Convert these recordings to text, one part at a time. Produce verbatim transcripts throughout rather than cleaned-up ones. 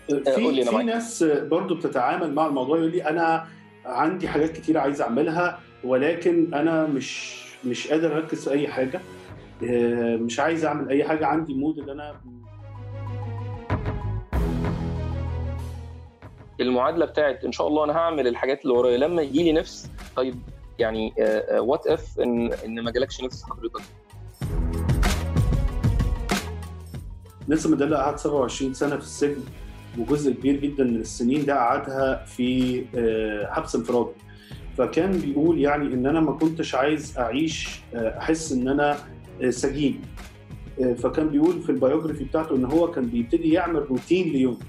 في في ناس برضو بتتعامل مع الموضوع، يقول لي انا عندي حاجات كتير عايز اعملها ولكن انا مش مش قادر اركز في اي حاجه، مش عايز اعمل اي حاجه، عندي مود ان انا المعادله بتاعت ان شاء الله انا هعمل الحاجات اللي ورايا لما يجي لي نفس. طيب يعني وات اف ان ان ما جالكش نفس حضرتك؟ نيلسون مانديلا قعد سبعة وعشرين سنه في السجن، وجزء كبير جدا من السنين ده قعدها في حبس انفرادي. فكان بيقول يعني ان انا ما كنتش عايز اعيش احس ان انا سجين. فكان بيقول في البيوجرافي بتاعته ان هو كان بيبتدي يعمل روتين ليوم.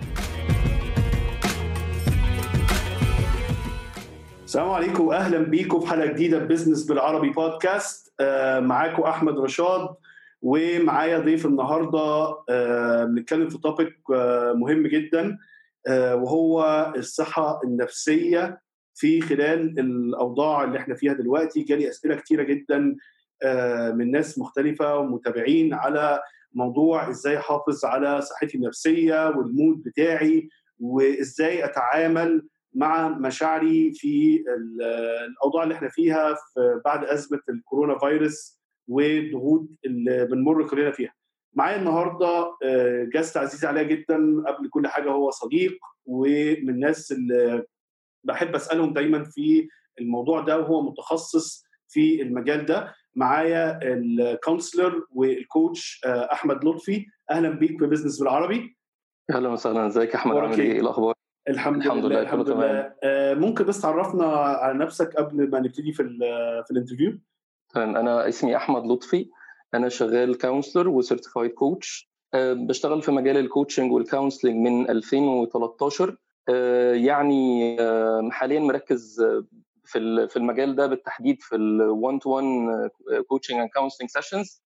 السلام عليكم واهلا بيكم في حلقه جديده ببزنس بالعربي بودكاست. معاكم احمد رشاد، ومعايا ضيف النهارده بنتكلم في توبيك مهم جدا، وهو الصحه النفسيه في خلال الاوضاع اللي احنا فيها دلوقتي. جالي اسئله كتيره جدا من ناس مختلفه ومتابعين على موضوع ازاي احافظ على صحتي النفسيه والمود بتاعي، وازاي اتعامل مع مشاعري في الاوضاع اللي احنا فيها في بعد ازمه الكورونا فيروس والضغوط اللي بنمر كلنا فيها. معايا النهارده جاست عزيز عليا جدا، قبل كل حاجه هو صديق ومن الناس اللي بحب اسالهم دايما في الموضوع ده، وهو متخصص في المجال ده. معايا الكونسلر والكوتش احمد لطفي. اهلا بيك في بزنس بالعربي. اهلا وسهلا. ازيك يا احمد؟ عامل ايه؟ ايه الاخبار؟ الحمد, الحمد لله الحمد لله. آه ممكن بس تعرفنا على نفسك قبل ما نبتدي في في الانترفيو؟ تمام. انا اسمي احمد لطفي، انا شغال كونسلر وسيرتيفايد كوتش. أه بشتغل في مجال الكوتشنج والكونسلنج من ألفين وثلاثة عشر. أه يعني أه حاليا مركز في في المجال ده بالتحديد في الوان تو وان كوتشنج اند كونسلنج سيشنز.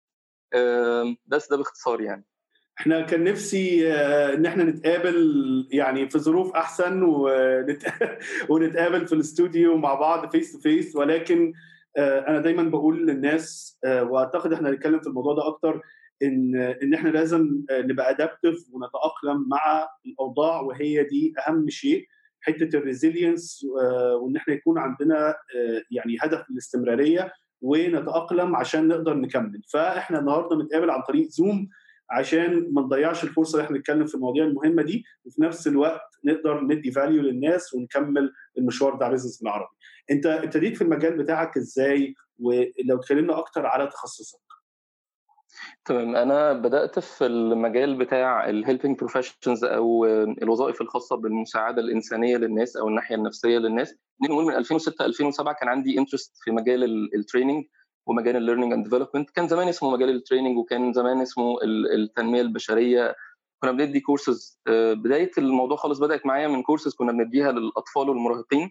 بس ده باختصار. يعني احنا كان نفسي ان احنا نتقابل يعني في ظروف احسن ونتقابل في الاستوديو مع بعض فيس تو فيس، ولكن انا دايما بقول للناس، واعتقد احنا هنتكلم في الموضوع ده اكتر، ان ان احنا لازم نبقى ادابتيف ونتاقلم مع الاوضاع، وهي دي اهم شيء، حته الريزيلينس، وان احنا يكون عندنا يعني هدف الاستمراريه ونتاقلم عشان نقدر نكمل. فاحنا النهارده نتقابل عن طريق زوم عشان ما نضيعش الفرصه اللي احنا نتكلم في المواضيع المهمه دي، وفي نفس الوقت نقدر ندي فاليو للناس ونكمل المشوار بتاع بزنس بالعربي. انت ابتديت في المجال بتاعك ازاي؟ ولو تكلمنا اكتر على تخصصك. تمام. انا بدات في المجال بتاع الهيلبينج بروفيشنز او الوظائف الخاصه بالمساعده الانسانيه للناس او الناحيه النفسيه للناس. نقول من ألفين وستة ألفين وسبعة كان عندي انترست في مجال التريننج ومجال الليرنينج اند ديفلوبمنت. كان زمان اسمه مجال التريننج وكان زمان اسمه التنميه البشريه. كنا بندي كورسز. بدايه الموضوع خالص بدات معايا من كورسز كنا بنديها للاطفال والمراهقين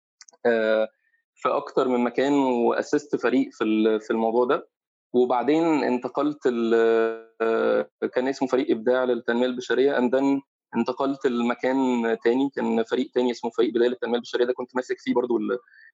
في اكتر من مكان، واسست فريق في في الموضوع ده. وبعدين انتقلت كان اسمه فريق ابداع للتنميه البشريه، اندن انتقلت لمكان تاني، كان فريق تاني اسمه فريق بدايه للتنميه البشريه. ده كنت ماسك فيه برضو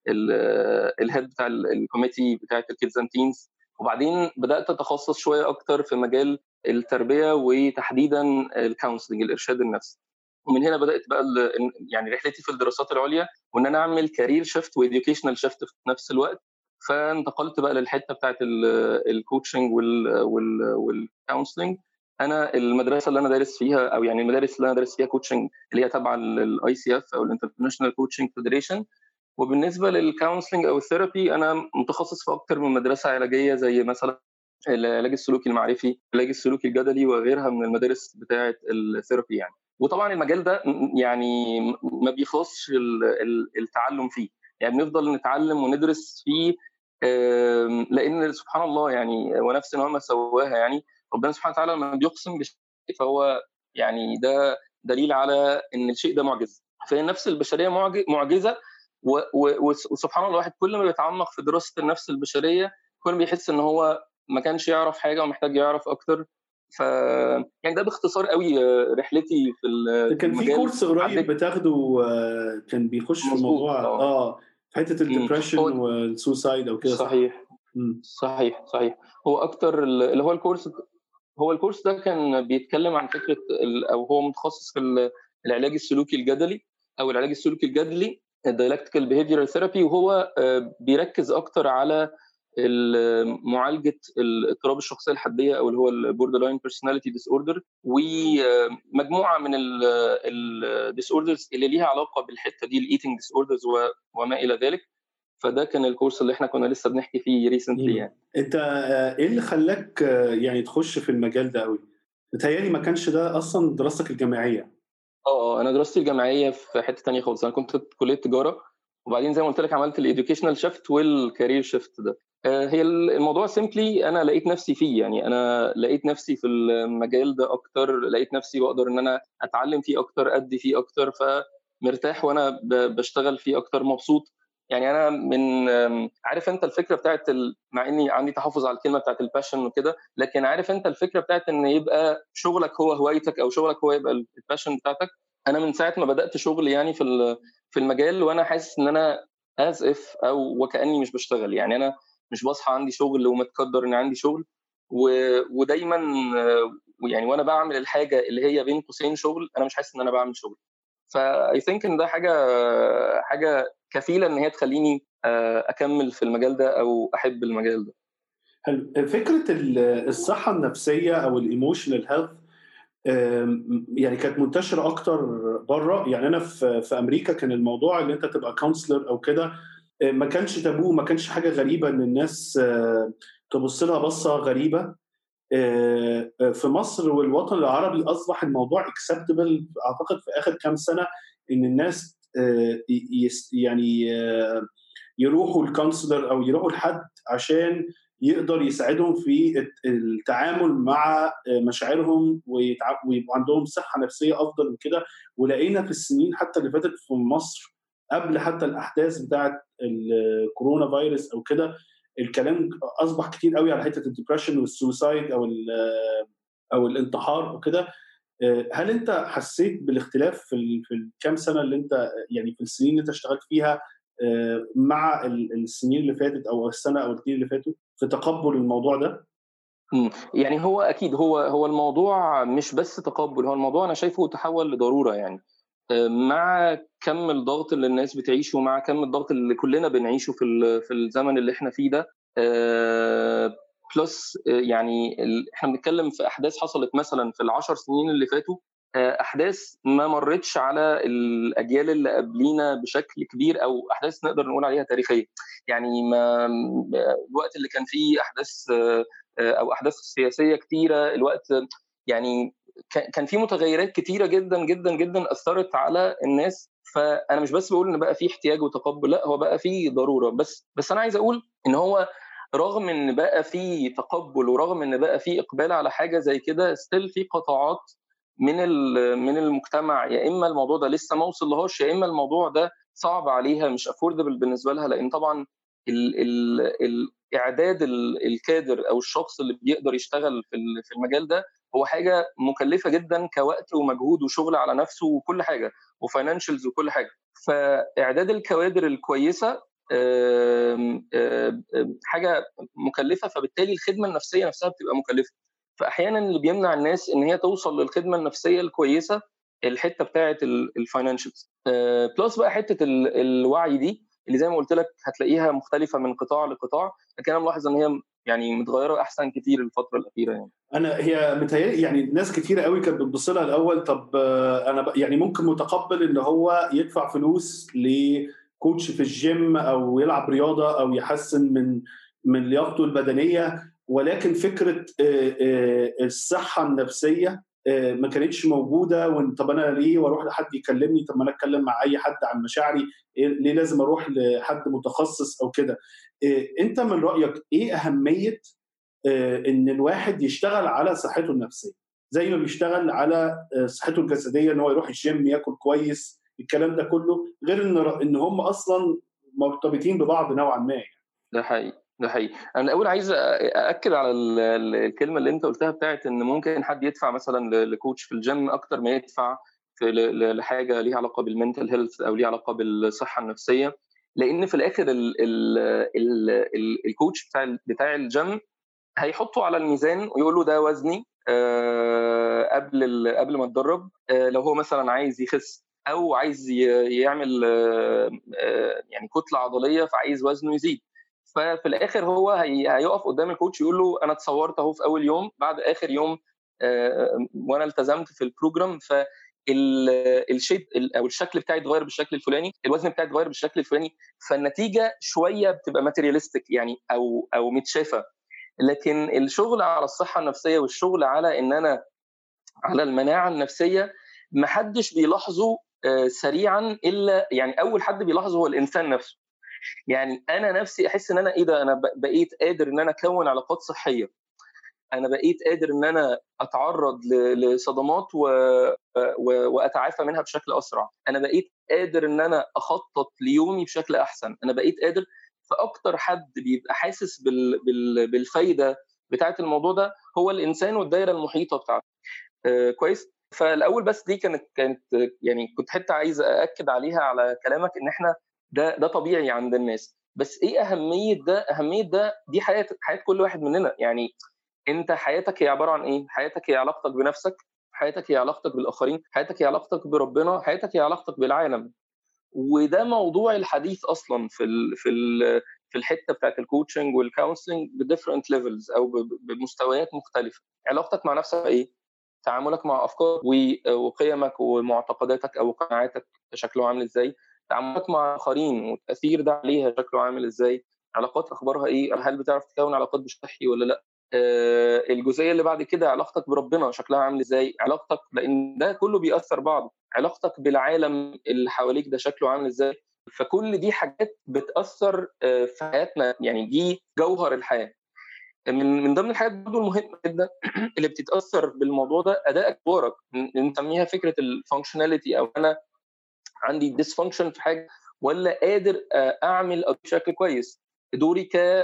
الهيد بتاع الكوميتي بتاعه الكيدز اند تينز. وبعدين بدات اتخصص شويه اكتر في مجال التربيه وتحديدا الكونسلنج، الارشاد النفسي. ومن هنا بدات بقى يعني رحلتي في الدراسات العليا، وان انا اعمل كارير شيفت واديوكيشنال شيفت في نفس الوقت. فانتقلت بقى للحته بتاعه الكوتشنج والكونسلنج. انا المدرسه اللي انا دارس فيها، او يعني المدارس اللي انا دارس فيها كوتشنج، اللي هي تابعه للاي سي اف او الانترناشونال كوتشنج فيدريشن. وبالنسبه للكونسلنج او الثيرابي، انا متخصص في اكتر من مدرسه علاجيه، زي مثلا العلاج السلوكي المعرفي، العلاج السلوكي الجدلي، وغيرها من المدارس بتاعه الثيرابي يعني. وطبعا المجال ده يعني ما بيخلصش التعلم فيه، يعني بنفضل نتعلم وندرس فيه، لان سبحان الله يعني ونفس ما سواها. يعني ربنا سبحانه وتعالى لما بيقسم بشيء فهو يعني ده دليل على ان الشيء ده معجز. فهي النفس البشريه معجزه، وسبحان الله الواحد كل ما بيتعمق في دراسه النفس البشريه كل ما بيحس ان هو ما كانش يعرف حاجه ومحتاج يعرف اكتر. ف يعني ده باختصار قوي رحلتي في المجال. كان في كورس قريب بتاخده كان بيخش في الموضوع اه في حته الديبريشن والسوسايد او كده، صحيح؟ مم. صحيح صحيح. هو اكتر اللي هو الكورس هو الكورس ده كان بيتكلم عن فكره او هو متخصص في العلاج السلوكي الجدلي او العلاج السلوكي الجدلي الدايلكتيكال بيهيفيرال ثيرابي، وهو بيركز اكتر على معالجه الاضطراب الشخصيه الحديه او اللي هو البوردر لاين بيرسوناليتي ديس اوردر، ومجموعه من الديس اوردرز اللي ليها علاقه بالحته دي، الايتنج ديس اوردرز وما الى ذلك. فده كان الكورس اللي احنا كنا لسه بنحكي فيه ريسنتلي. يعني انت ايه اللي خلاك يعني تخش في المجال ده قوي؟ بتهيألي ما كانش ده اصلا دراستك الجامعيه. اه انا دراستي الجامعيه في حته تانية خالص. انا كنت في كليه تجاره، وبعدين زي ما قلت لك عملت الاديوكيشنال شيفت والكارير شيفت ده. هي الموضوع سيمبلي انا لقيت نفسي فيه، يعني انا لقيت نفسي في المجال ده اكتر، لقيت نفسي بقدر ان انا اتعلم فيه اكتر، ادي فيه اكتر، فمرتاح وانا بشتغل فيه اكتر، مبسوط. يعني انا من عارف انت الفكره بتاعت ال... مع اني عندي تحفظ على الكلمه بتاعت الباشن وكده، لكن عارف انت الفكره بتاعت ان يبقى شغلك هو هوايتك او شغلك هو يبقى الباشن بتاعتك. انا من ساعه ما بدات شغل يعني في في المجال وانا حاسس ان انا از اف او وكاني مش بشتغل. يعني انا مش بصحى عندي شغل ومتقدر ان عندي شغل، و... ودايما يعني وانا بعمل الحاجه اللي هي بين قوسين شغل، انا مش حاسس ان انا بعمل شغل. فاي ثينك ان ده حاجه حاجه كفيله ان هي تخليني اكمل في المجال ده او احب المجال ده. فكره الصحه النفسيه او الايموشنال هيلث يعني كانت منتشره اكتر بره. يعني انا في في امريكا كان الموضوع ان انت تبقى كونسلر او كده ما كانش تابو، ما كانش حاجه غريبه ان الناس تبص لها بصه غريبه. في مصر والوطن العربي اصبح الموضوع اكسبتبل اعتقد في اخر كام سنه، ان الناس يعني يروحوا الكونسلر او يروحوا لحد عشان يقدر يساعدهم في التعامل مع مشاعرهم ويبقى عندهم صحه نفسيه افضل من كده. ولقينا في السنين حتى اللي فاتت في مصر قبل حتى الاحداث بتاعه الكورونا فيروس او كده، الكلام اصبح كتير قوي على حته الديبرشن والسوسايد او او الانتحار وكده. هل انت حسيت بالاختلاف في في الكام سنه اللي انت يعني في السنين اللي انت اشتغلت فيها مع السنين اللي فاتت او السنه او الاثنين اللي فاتوا في تقبل الموضوع ده؟ يعني هو اكيد هو هو الموضوع مش بس تقبل، هو الموضوع انا شايفه تحول لضروره. يعني مع كم الضغط اللي الناس بتعيشه، مع كم الضغط اللي كلنا بنعيشه في في الزمن اللي احنا فيه ده، بلس يعني احنا بنتكلم في احداث حصلت مثلا في العشر سنين اللي فاتوا، احداث ما مرتش على الاجيال اللي قبلينا بشكل كبير، او احداث نقدر نقول عليها تاريخيه. يعني ما الوقت اللي كان فيه احداث او احداث سياسيه كتيره، الوقت يعني كان في متغيرات كتيره جدا جدا جدا اثرت على الناس. فانا مش بس بقول ان بقى في احتياج وتقبل، لا هو بقى في ضروره. بس بس انا عايز اقول ان هو رغم ان بقى في تقبل ورغم ان بقى في اقبال على حاجه زي كده، ستيل في قطاعات من من المجتمع يا اما الموضوع ده لسه ما وصلهاش، يا اما الموضوع ده صعب عليها، مش افوردبل بالنسبه لها. لان طبعا ال ال ال اعداد الكادر او الشخص اللي بيقدر يشتغل في في المجال ده هو حاجه مكلفه جدا كوقت ومجهود وشغل على نفسه وكل حاجه وفاينانشالز وكل حاجه. فاعداد الكوادر الكويسه آم آم حاجه مكلفه، فبالتالي الخدمه النفسيه نفسها بتبقى مكلفه. فاحيانا اللي بيمنع الناس ان هي توصل للخدمه النفسيه الكويسه الحته بتاعه الفاينانشالز، بلس بقى حته الوعي دي اللي زي ما قلت لك هتلاقيها مختلفه من قطاع لقطاع، لكن انا ملاحظ ان هي يعني متغيره احسن كتير الفتره الاخيره. يعني انا هي متهيألي يعني ناس كتيره قوي كانت بتبص لها الاول، طب انا يعني ممكن متقبل ان هو يدفع فلوس لكوتش في الجيم او يلعب رياضه او يحسن من من لياقته البدنيه، ولكن فكره الصحه النفسيه ما كانتش موجوده. طب انا ليه واروح لحد يكلمني؟ طب ما انا اتكلم مع اي حد عن مشاعري، ليه لازم اروح لحد متخصص او كده؟ انت من رايك ايه اهميه ان الواحد يشتغل على صحته النفسيه زي ما بيشتغل على صحته الجسديه، ان هو يروح الجيم ياكل كويس، الكلام ده كله، غير ان ان هم اصلا مرتبطين ببعض نوعا ما؟ يعني ده حقيقي ده حقيقي. انا الاول عايز ااكد على الكلمه اللي انت قلتها بتاعت ان ممكن حد يدفع مثلا لكوتش في الجيم اكتر ما يدفع في لحاجه ليها علاقه بالمنتال هيلث او ليها علاقه بالصحه النفسيه. لان في الاخر ال ال ال ال الكوتش بتاع بتاع الجيم هيحطه على الميزان ويقول له ده وزني، قبل قبل ما اتدرب. لو هو مثلا عايز يخس او عايز يعمل يعني كتله عضليه فعايز وزنه يزيد، ففي الاخر هو هيقف قدام الكوتش يقول له انا اتصورت اهو في اول يوم، بعد اخر يوم وانا التزمت في البروجرام ف الشيب او الشكل بتاعي اتغير بالشكل الفلاني، الوزن بتاعي اتغير بالشكل الفلاني، فالنتيجه شويه بتبقى ماتيرياليستيك يعني او او متشافه. لكن الشغل على الصحه النفسيه والشغل على ان انا على المناعه النفسيه محدش بيلاحظه سريعا الا يعني اول حد بيلاحظه هو الانسان نفسه. يعني انا نفسي احس ان انا ايه ده، انا بقيت قادر ان انا اكون علاقات صحيه، انا بقيت قادر ان انا اتعرض لصدمات و... و... واتعافى منها بشكل اسرع، انا بقيت قادر ان انا اخطط ليومي بشكل احسن، انا بقيت قادر. فاكتر حد بيبقى حاسس بال... بال... بالفايده بتاعه الموضوع ده هو الانسان والدايره المحيطه بتاعته. آه كويس. فالاول بس دي كانت كانت يعني كنت حتى عايز ااكد عليها على كلامك ان احنا ده ده طبيعي عند الناس، بس ايه اهميه ده؟ اهميه ده دي حياه حياه كل واحد مننا. يعني انت حياتك هي عباره عن ايه؟ حياتك هي علاقتك بنفسك، حياتك هي علاقتك بالاخرين، حياتك هي علاقتك بربنا، حياتك هي علاقتك بالعالم. وده موضوع الحديث اصلا في ال في ال في الحته بتاعت الكوتشنج والكونسلنج بديفرنت ليفلز او بمستويات مختلفه. علاقتك مع نفسك ايه؟ تعاملك مع افكارك وقيمك ومعتقداتك او قناعاتك شكله عامل ازاي؟ تعاملك مع الاخرين والتاثير ده عليها شكله عامل ازاي؟ علاقات اخبارها ايه؟ هل بتعرف تكون علاقات بشكل ولا لا؟ آه الجزئيه اللي بعد كده علاقتك بربنا شكلها عامل ازاي؟ علاقتك، لان ده كله بيأثر بعض، علاقتك بالعالم اللي حواليك ده شكله عامل ازاي؟ فكل دي حاجات بتأثر آه في حياتنا، يعني دي جوهر الحياه. من من ضمن الحاجات برضه المهمه جدا اللي بتتاثر بالموضوع ده ادائك وورك، نسميها فكره الفانكشناليتي، او انا عندي ديسفانكشن في حاجه ولا قادر اعمل بشكل كويس. دوري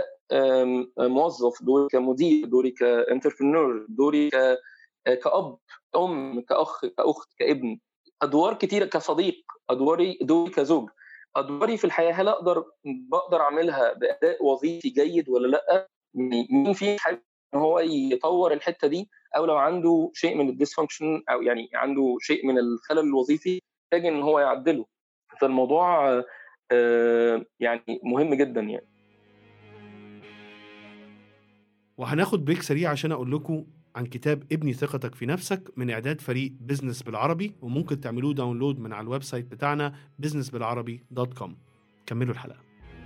كموظف، دوري كمدير، دوري كانتربرنور، دوري كأب، ام، كاخ، كاخت، كابن، ادوار كتيره، كصديق، ادواري، دوري كزوج، ادواري في الحياه هل اقدر بقدر اعملها باداء وظيفي جيد ولا لا؟ مين فيه حابب ان هو يطور الحته دي، او لو عنده شيء من الديسفانكشن او يعني عنده شيء من الخلل الوظيفي محتاج ان هو يعدله. فالموضوع يعني مهم جدا يعني. وهناخد بريك سريع عشان اقول لكم عن كتاب ابني ثقتك في نفسك من اعداد فريق بيزنس بالعربي، وممكن تعملوه داونلود من على الويب سايت بتاعنا بيزنس بالعربي دوت كوم. كملوا الحلقه.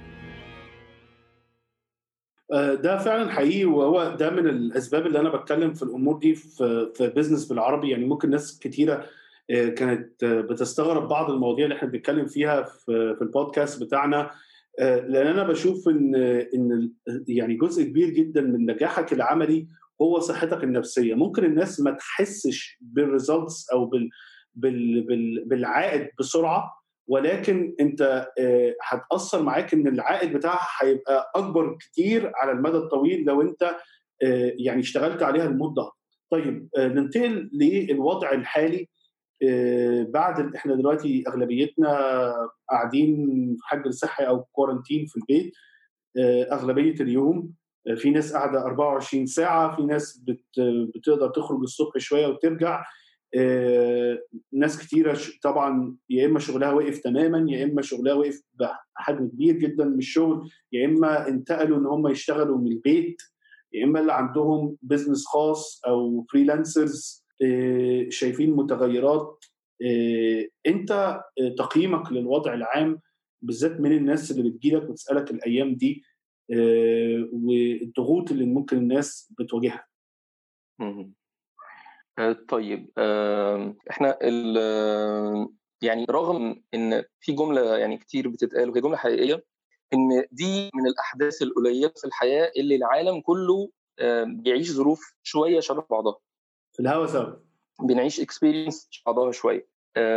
ده فعلا حقيقي، وهو ده من الاسباب اللي انا بتكلم في الامور دي في في بيزنس بالعربي. يعني ممكن ناس كتيره كانت بتستغرب بعض المواضيع اللي احنا بنتكلم فيها في في البودكاست بتاعنا، لان انا بشوف ان ان يعني جزء كبير جدا من نجاحك العملي هو صحتك النفسيه. ممكن الناس ما تحسش بالريزلتس او بال بال بال بالعائد بسرعه، ولكن انت هتاثر معاك ان العائد بتاعها هيبقى اكبر كتير على المدى الطويل لو انت يعني اشتغلت عليها لمده. طيب ننتقل للوضع الحالي. بعد احنا دلوقتي اغلبيتنا قاعدين في حجر صحي او كورنتين في البيت اغلبيه اليوم. في ناس قاعده أربعة وعشرين ساعه، في ناس بت بتقدر تخرج الصبح شويه وترجع. ناس كتيره طبعا يا اما شغلها وقف تماما، يا اما شغلها وقف بحجم كبير جدا من الشغل، يا اما انتقلوا ان هم يشتغلوا من البيت، يا اما اللي عندهم بزنس خاص او فريلانسرز شايفين متغيرات. انت تقييمك للوضع العام بالذات من الناس اللي بتجيلك وتسالك الايام دي والضغوط اللي ممكن الناس بتواجهها؟ طيب احنا يعني رغم ان في جمله يعني كتير بتتقال وهي جمله حقيقيه، ان دي من الاحداث القليله في الحياه اللي العالم كله بيعيش ظروف شويه شبه بعضها، في الهوا سوا بنعيش اكسبيرينس بعضها شويه،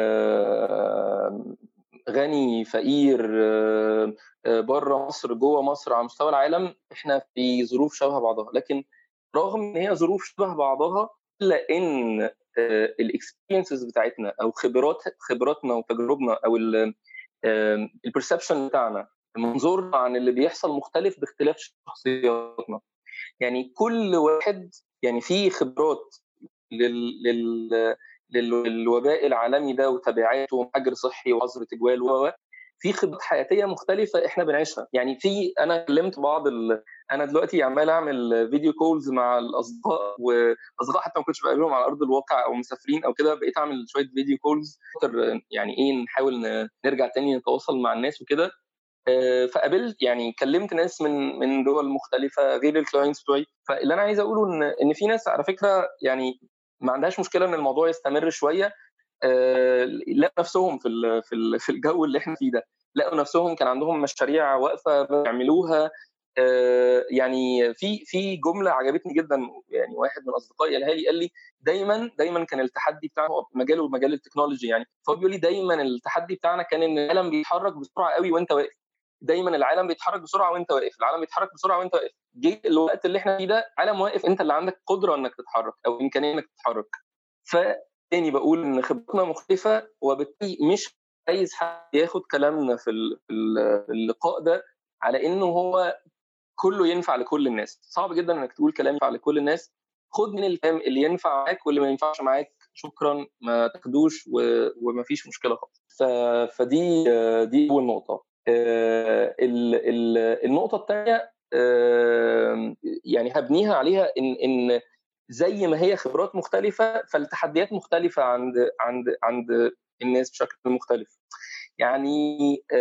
غني فقير، بره مصر جوه مصر، على مستوى العالم احنا في ظروف شبه بعضها. لكن رغم ان هي ظروف شبه بعضها الا ان الاكسبيرينسز بتاعتنا او خبرات خبراتنا وتجاربنا او البرسبشن بتاعنا، منظورنا عن اللي بيحصل مختلف باختلاف شخصياتنا. يعني كل واحد يعني فيه خبرات لل... لل... للوباء العالمي ده وتبعاته وحجر صحي وعذر تجوال و في خبرات حياتيه مختلفه احنا بنعيشها. يعني في انا كلمت بعض ال... انا دلوقتي عمال اعمل فيديو كولز مع الاصدقاء، واصدقاء حتى ما كنتش بقابلهم على ارض الواقع او مسافرين او كده، بقيت اعمل شويه فيديو كولز يعني ايه نحاول نرجع تاني نتواصل مع الناس وكده. فقابلت يعني كلمت ناس من من دول مختلفه غير الكلاينتس بتوعي. فاللي انا عايز اقوله ان ان في ناس على فكره يعني ما عندهاش مشكله ان الموضوع يستمر شويه. لقوا نفسهم في في في الجو اللي احنا فيه ده، لقوا نفسهم كان عندهم مشاريع واقفه بيعملوها. يعني في في جمله عجبتني جدا، يعني واحد من اصدقائي قالها لي، قال لي دايما دايما كان التحدي بتاعه مجاله مجال التكنولوجي، يعني فهو بيقول لي دايما التحدي بتاعنا كان ان العالم بيتحرك بسرعه قوي وانت واقف. دايما العالم بيتحرك بسرعه وانت واقف، العالم بيتحرك بسرعه وانت واقف. جه الوقت اللي احنا فيه ده عالم واقف، انت اللي عندك قدره انك تتحرك او امكانيه انك تتحرك. فتاني بقول ان خبرتنا مختلفه، وبالتالي مش عايز حد ياخد كلامنا في اللقاء ده على انه هو كله ينفع لكل الناس. صعب جدا انك تقول كلام ينفع لكل الناس. خد من الكلام اللي ينفع معاك، واللي ما ينفعش معاك شكرا ما تاخدوش وما فيش مشكله خالص. فدي دي اول نقطه. النقطه الثانيه يعني هبنيها عليها ان ان زي ما هي خبرات مختلفه فالتحديات مختلفه عند عند عند الناس بشكل مختلف. يعني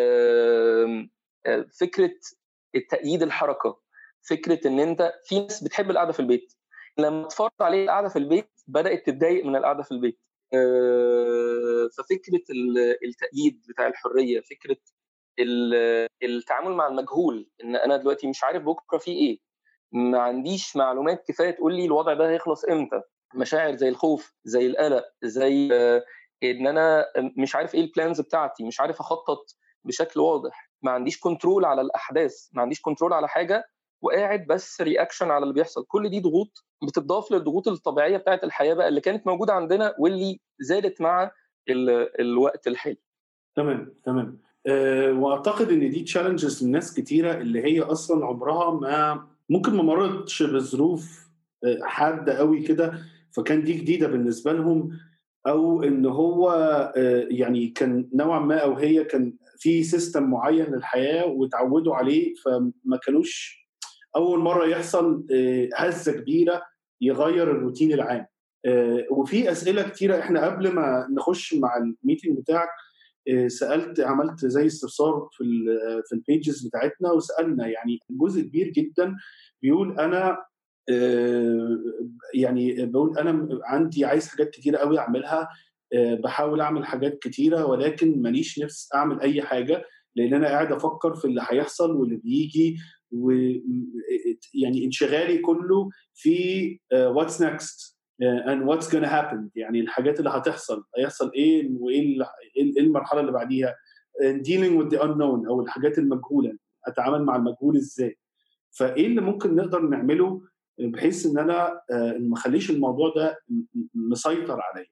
فكره التأييد الحركه، فكره ان انت في ناس بتحب القعده في البيت، لما اتفرج عليه القعده في البيت بدات تتضايق من القعده في البيت. ففكره التأييد بتاع الحريه، فكره التعامل مع المجهول، ان انا دلوقتي مش عارف بكره في ايه، ما عنديش معلومات كفايه تقول لي الوضع ده هيخلص امتى. مشاعر زي الخوف، زي القلق، زي ان انا مش عارف ايه البلانز بتاعتي، مش عارف اخطط بشكل واضح، ما عنديش كنترول على الاحداث، ما عنديش كنترول على حاجه، وقاعد بس رياكشن على اللي بيحصل. كل دي ضغوط بتضاف للضغوط الطبيعيه بتاعت الحياه بقى اللي كانت موجوده عندنا واللي زادت مع الوقت الحالي. تمام تمام. أه واعتقد ان دي تشالنجز لناس كتيره اللي هي اصلا عمرها ما ممكن ما مرتش بظروف حاده قوي كده، فكان دي جديده بالنسبه لهم، او ان هو أه يعني كان نوعا ما او هي كان في سيستم معين للحياه وتعودوا عليه، فما كانوش اول مره يحصل أه هزه كبيره يغير الروتين العام. أه وفي اسئله كتيره احنا قبل ما نخش مع الميتنج بتاعك سالت، عملت زي استفسار في في البيجز بتاعتنا وسالنا، يعني جزء كبير جدا بيقول انا يعني بقول انا عندي عايز حاجات كتيره قوي اعملها، بحاول اعمل حاجات كتيره ولكن ماليش نفس اعمل اي حاجه، لان انا قاعد افكر في اللي هيحصل واللي بيجي، ويعني انشغالي كله في واتس نيكست and what's gonna happen، يعني الحاجات اللي هتحصل هيحصل ايه وايه المرحله اللي بعديها، dealing with the unknown او الحاجات المجهوله، اتعامل مع المجهول ازاي. فايه اللي ممكن نقدر نعمله بحيث ان انا ما اخليش الموضوع ده مسيطر عليا؟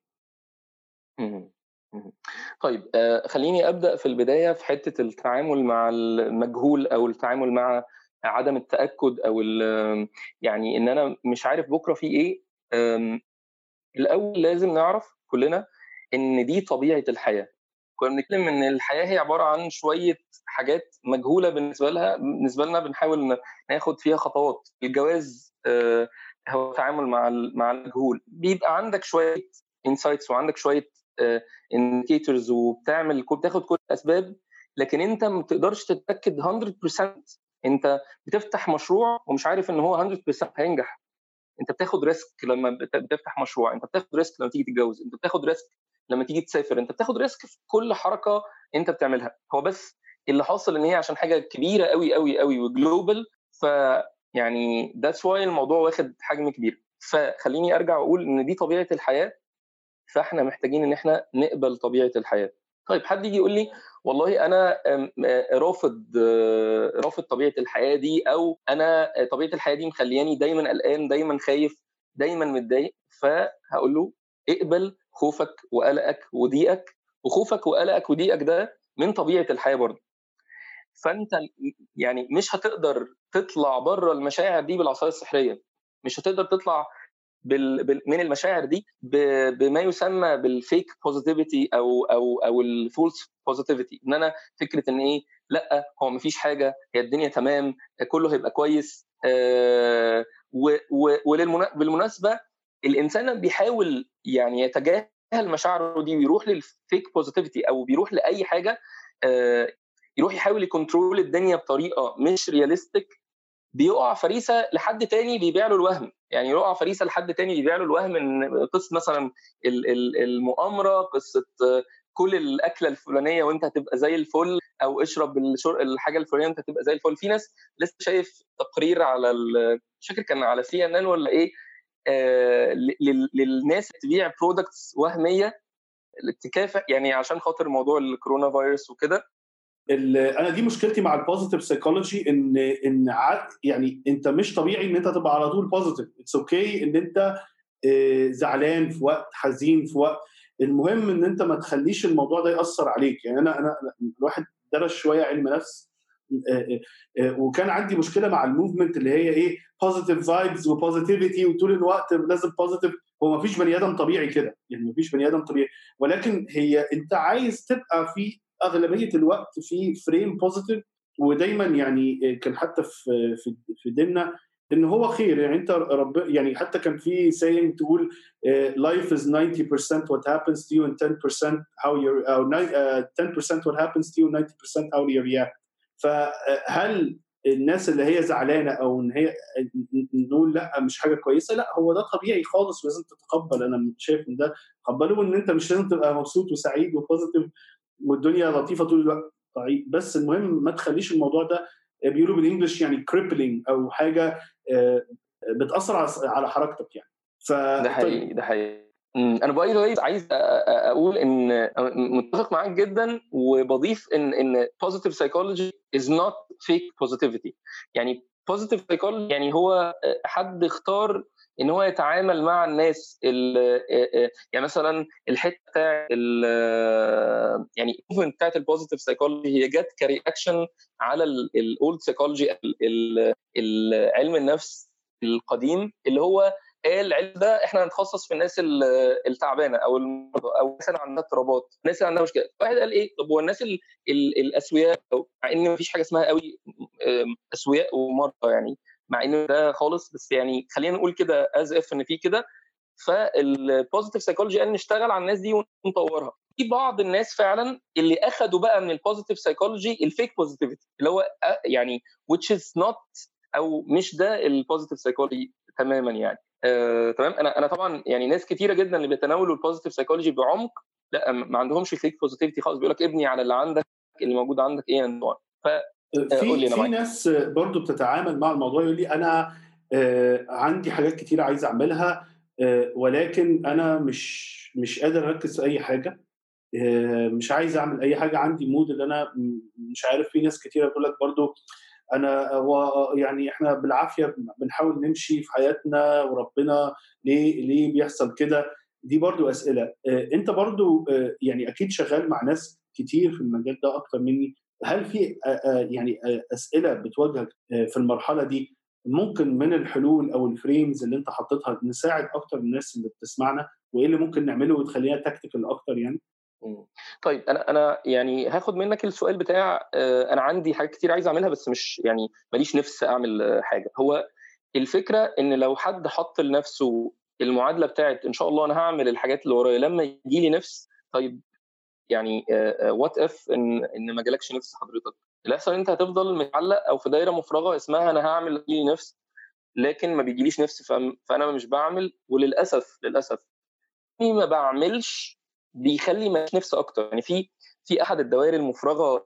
طيب خليني ابدا في البدايه في حته التعامل مع المجهول او التعامل مع عدم التاكد او يعني ان انا مش عارف بكره في ايه. الاول لازم نعرف كلنا ان دي طبيعه الحياه. كنا بنتكلم ان الحياه هي عباره عن شويه حاجات مجهوله بالنسبه لها بالنسبه لنا، بنحاول ناخد فيها خطوات. الجواز هو التعامل مع مع المجهول، بيبقى عندك شويه انسايتس وعندك شويه انديكيتورز وبتعمل بتاخد كل الاسباب، لكن انت ما بتقدرش تتاكد مية بالمية. انت بتفتح مشروع ومش عارف ان هو مية بالمية هينجح. انت بتاخد ريسك لما بتفتح مشروع، انت بتاخد ريسك لما تيجي تتجوز، انت بتاخد ريسك لما تيجي تسافر، انت بتاخد ريسك في كل حركه انت بتعملها. هو بس اللي حاصل ان هي عشان حاجه كبيره قوي قوي قوي وجلوبال، ف يعني that's why الموضوع واخد حجم كبير. فخليني ارجع واقول ان دي طبيعه الحياه، فاحنا محتاجين ان احنا نقبل طبيعه الحياه. طيب حد يجي يقول لي والله انا رافض رافض طبيعه الحياه دي، او انا طبيعه الحياه دي مخلياني دايما قلقان، دايما خايف، دايما متضايق. فهقول له اقبل خوفك وقلقك وضيقك، وخوفك وقلقك وضيقك ده من طبيعه الحياه برضه. فانت يعني مش هتقدر تطلع بره المشاعر دي بالعصايه السحريه، مش هتقدر تطلع بال... بال... من المشاعر دي ب... بما يسمى بالفيك بوزيتيفيتي او او او الفولس بوزيتيفيتي، ان انا فكره ان ايه، لا هو مفيش حاجه، هي الدنيا تمام، كله هيبقى كويس. آه و... و... وبالمناسبه الانسان بيحاول يعني يتجاهل مشاعره دي ويروح للفيك بوزيتيفيتي او بيروح لاي حاجه، آه يروح يحاول يكنترول الدنيا بطريقه مش رياليستيك، بيقع فريسه لحد تاني بيبيع له الوهم. يعني يقع فريسه لحد تاني بيبيع له الوهم ان قصه مثلا المؤامره، قصه كل الاكله الفلانيه وانت هتبقى زي الفل، او اشرب الحاجه الفلانيه وانت هتبقى زي الفل. في ناس لسه شايف تقرير على مش فاكر كان على سي ان ان ولا ايه، آه للناس تبيع برودكتس وهميه تكافئ يعني عشان خاطر موضوع الكورونا فيروس وكده. انا دي مشكلتي مع البوزيتيف سايكولوجي، ان ان يعني انت مش طبيعي ان انت تبقى على طول بوزيتيف. اتس اوكي ان انت زعلان في وقت، حزين في وقت، المهم ان انت ما تخليش الموضوع ده ياثر عليك. يعني انا انا الواحد درس شويه علم نفس، وكان عندي مشكله مع الموفمنت اللي هي ايه، بوزيتيف فايبز وبوزيتيفيتي وطول الوقت لازم بوزيتيف. هو ما فيش بني ادم طبيعي كده، يعني ما فيش بني ادم طبيعي، ولكن هي انت عايز تبقى في اغلبيه الوقت في فريم بوزيتيف. ودايما يعني كان حتى في في في ديننا ان هو خير، يعني انت رب، يعني حتى كان في saying تقول life is ninety percent what happens to you and ten percent how you uh, ten percent what happens to you and ninety percent how you react. فهل الناس اللي هي زعلانه او ان هي نقول لا مش حاجه كويسه؟ لا، هو ده طبيعي خالص ولازم تتقبل. انا شايف ان ده قبله، ان انت مش لازم تبقى مبسوط وسعيد وبوزيتيف والدنيا لطيفه طول الوقت، طيب بس المهم ما تخليش الموضوع ده بيقولوا بالانجلش يعني كريبلينج او حاجه بتاثر على حركتك يعني. ف ده حقيقي ده حقيقي. انا باي ذا واي عايز اقول ان متفق معاك جدا، وبضيف ان ان positive psychology is not fake positivity. يعني positive psychology يعني هو حد اختار ان هو يتعامل مع الناس، يعني مثلا الحته بتاع يعني الموفمنت بتاعت البوزيتيف سايكولوجي هي جت كرياكشن على الاولد سايكولوجي، علم النفس القديم اللي هو العلم ده احنا هنتخصص في الناس التعبانه او المرضى او الناس اللي عندها اضطرابات، الناس اللي عندها مشكله. واحد قال ايه، طب هو الناس ال ال الاسوياء، مع ان مفيش حاجه اسمها قوي اسوياء ومرضى يعني، مع ان ده خالص، بس يعني خلينا نقول كده از اف ان في كده. فالبوزيتيف سايكولوجي قال نشتغل على الناس دي ونطورها. في بعض الناس فعلا اللي اخذوا بقى من البوزيتيف سايكولوجي الفيك بوزيتيفيتي، اللي هو يعني which is not او مش ده البوزيتيف سايكولوجي تماما يعني. آه، تمام. انا انا طبعا يعني ناس كتيره جدا اللي بيتناولوا البوزيتيف سايكولوجي بعمق لا ما عندهمش فيك بوزيتيفيتي خالص، بيقول لك ابني على اللي عندك، اللي موجود عندك ايه انواع. ف في في ناس برضو بتتعامل مع الموضوع، يقول لي انا آه عندي حاجات كتيره عايز اعملها، آه ولكن انا مش مش قادر اركز في اي حاجه، آه مش عايز اعمل اي حاجه، عندي مود اللي انا مش عارف. في ناس كتيره تقول لك برضو انا هو يعني احنا بالعافيه بنحاول نمشي في حياتنا وربنا ليه ليه بيحصل كده؟ دي برضو اسئله. اه انت برضو اه يعني اكيد شغال مع ناس كتير في المجال ده اكتر مني، هل في اه يعني اسئله بتواجهك في المرحله دي ممكن من الحلول او الفريمز اللي انت حطيتها نساعد اكتر الناس اللي بتسمعنا، وايه اللي ممكن نعمله وتخلينا تكتيكال اكتر يعني؟ طيب انا انا يعني هاخد منك السؤال بتاع انا عندي حاجات كتير عايز اعملها بس مش يعني ماليش نفس اعمل حاجه. هو الفكره ان لو حد حط لنفسه المعادله بتاعت ان شاء الله انا هعمل الحاجات اللي ورايا لما يجي لي نفس، طيب يعني وات اف ان ان ما جالكش نفس حضرتك، اللي هيحصل انت هتفضل متعلق او في دايره مفرغه اسمها انا هعمل لي نفس لكن ما بيجيليش نفس، فانا مش بعمل. وللاسف للاسف ما بعملش بيخلي مش نفس اكتر. يعني في في احد الدوائر المفرغه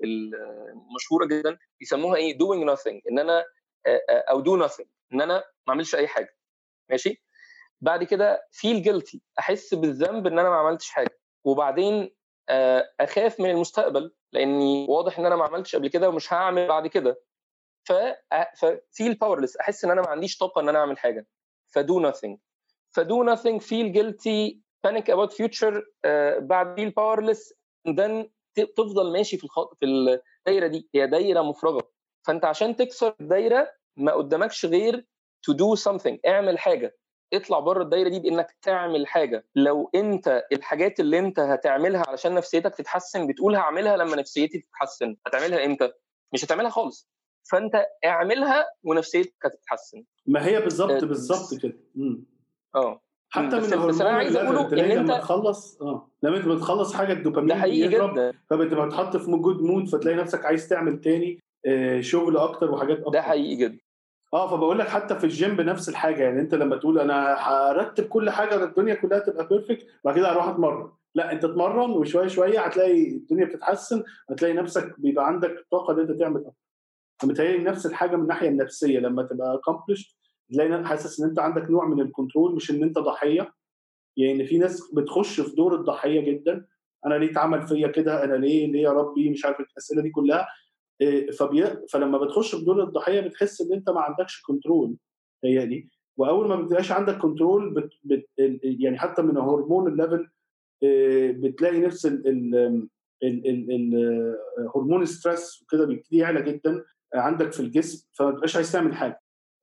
المشهوره جدا يسموها ايه doing nothing، ان انا او do nothing، ان انا ما اعملش اي حاجه. ماشي، بعد كده feel guilty، احس بالذنب ان انا ما عملتش حاجه، وبعدين اخاف من المستقبل لاني واضح ان انا ما عملتش قبل كده ومش هعمل بعد كده، ف feel powerless، احس ان انا ما عنديش طاقه ان انا اعمل حاجه، ف do nothing. ف do nothing feel guilty panic about future، uh, بعد feel powerless then تفضل ماشي في الخط في الدايره دي، هي دايره مفرغه. فانت عشان تكسر الدايره ما قدامكش غير to do something، اعمل حاجه. اطلع بره الدايره دي بانك تعمل حاجه. لو انت الحاجات اللي انت هتعملها علشان نفسيتك تتحسن بتقول هعملها لما نفسيتي تتحسن، هتعملها امتى؟ مش هتعملها خالص. فانت اعملها ونفسيتك هتتحسن. ما هي بالظبط آه، بالظبط بس- كده. مم. اه حتى بس من بس انا هرمون عايز الليفل اقوله تلاقي ان لما انت تخلص اه لما انت بتخلص حاجه ده الدوبامين حقيقي بيضرب، جدا، فبتبقى تحط في جود مود، فتلاقي نفسك عايز تعمل تاني آه، شغل اكتر وحاجات ده اكتر. حقيقي جدا. اه فبقول لك حتى في الجيم بنفس الحاجه، يعني انت لما تقول انا هرتب كل حاجه الدنيا كلها تبقى بيرفكت بعد كده هروح اتمرن، لا انت اتمرن وشويه شويه هتلاقي الدنيا بتتحسن، هتلاقي نفسك بيبقى عندك طاقه ان انت تعمل اكتر. فمتهيألي نفس الحاجه من الناحيه النفسيه، لما تبقى accomplished تلاقي حاسس ان انت عندك نوع من الكنترول، مش ان انت ضحيه. يعني في ناس بتخش في دور الضحيه جدا، انا ليه اتعمل فيا كده، انا ليه ليه يا ربي، مش عارف الاسئله دي كلها. إيه، فبي... فلما بتخش في دور الضحيه بتحس ان انت ما عندكش كنترول. هي دي. واول ما بتبقاش عندك كنترول بت... بت... يعني حتى من هرمون الليفل إيه، بتلاقي نفس ال... ال... ال... ال... ال... هرمون الستريس وكده بيبتدي يعلى جدا عندك في الجسم، فما بتبقاش عايز تعمل حاجه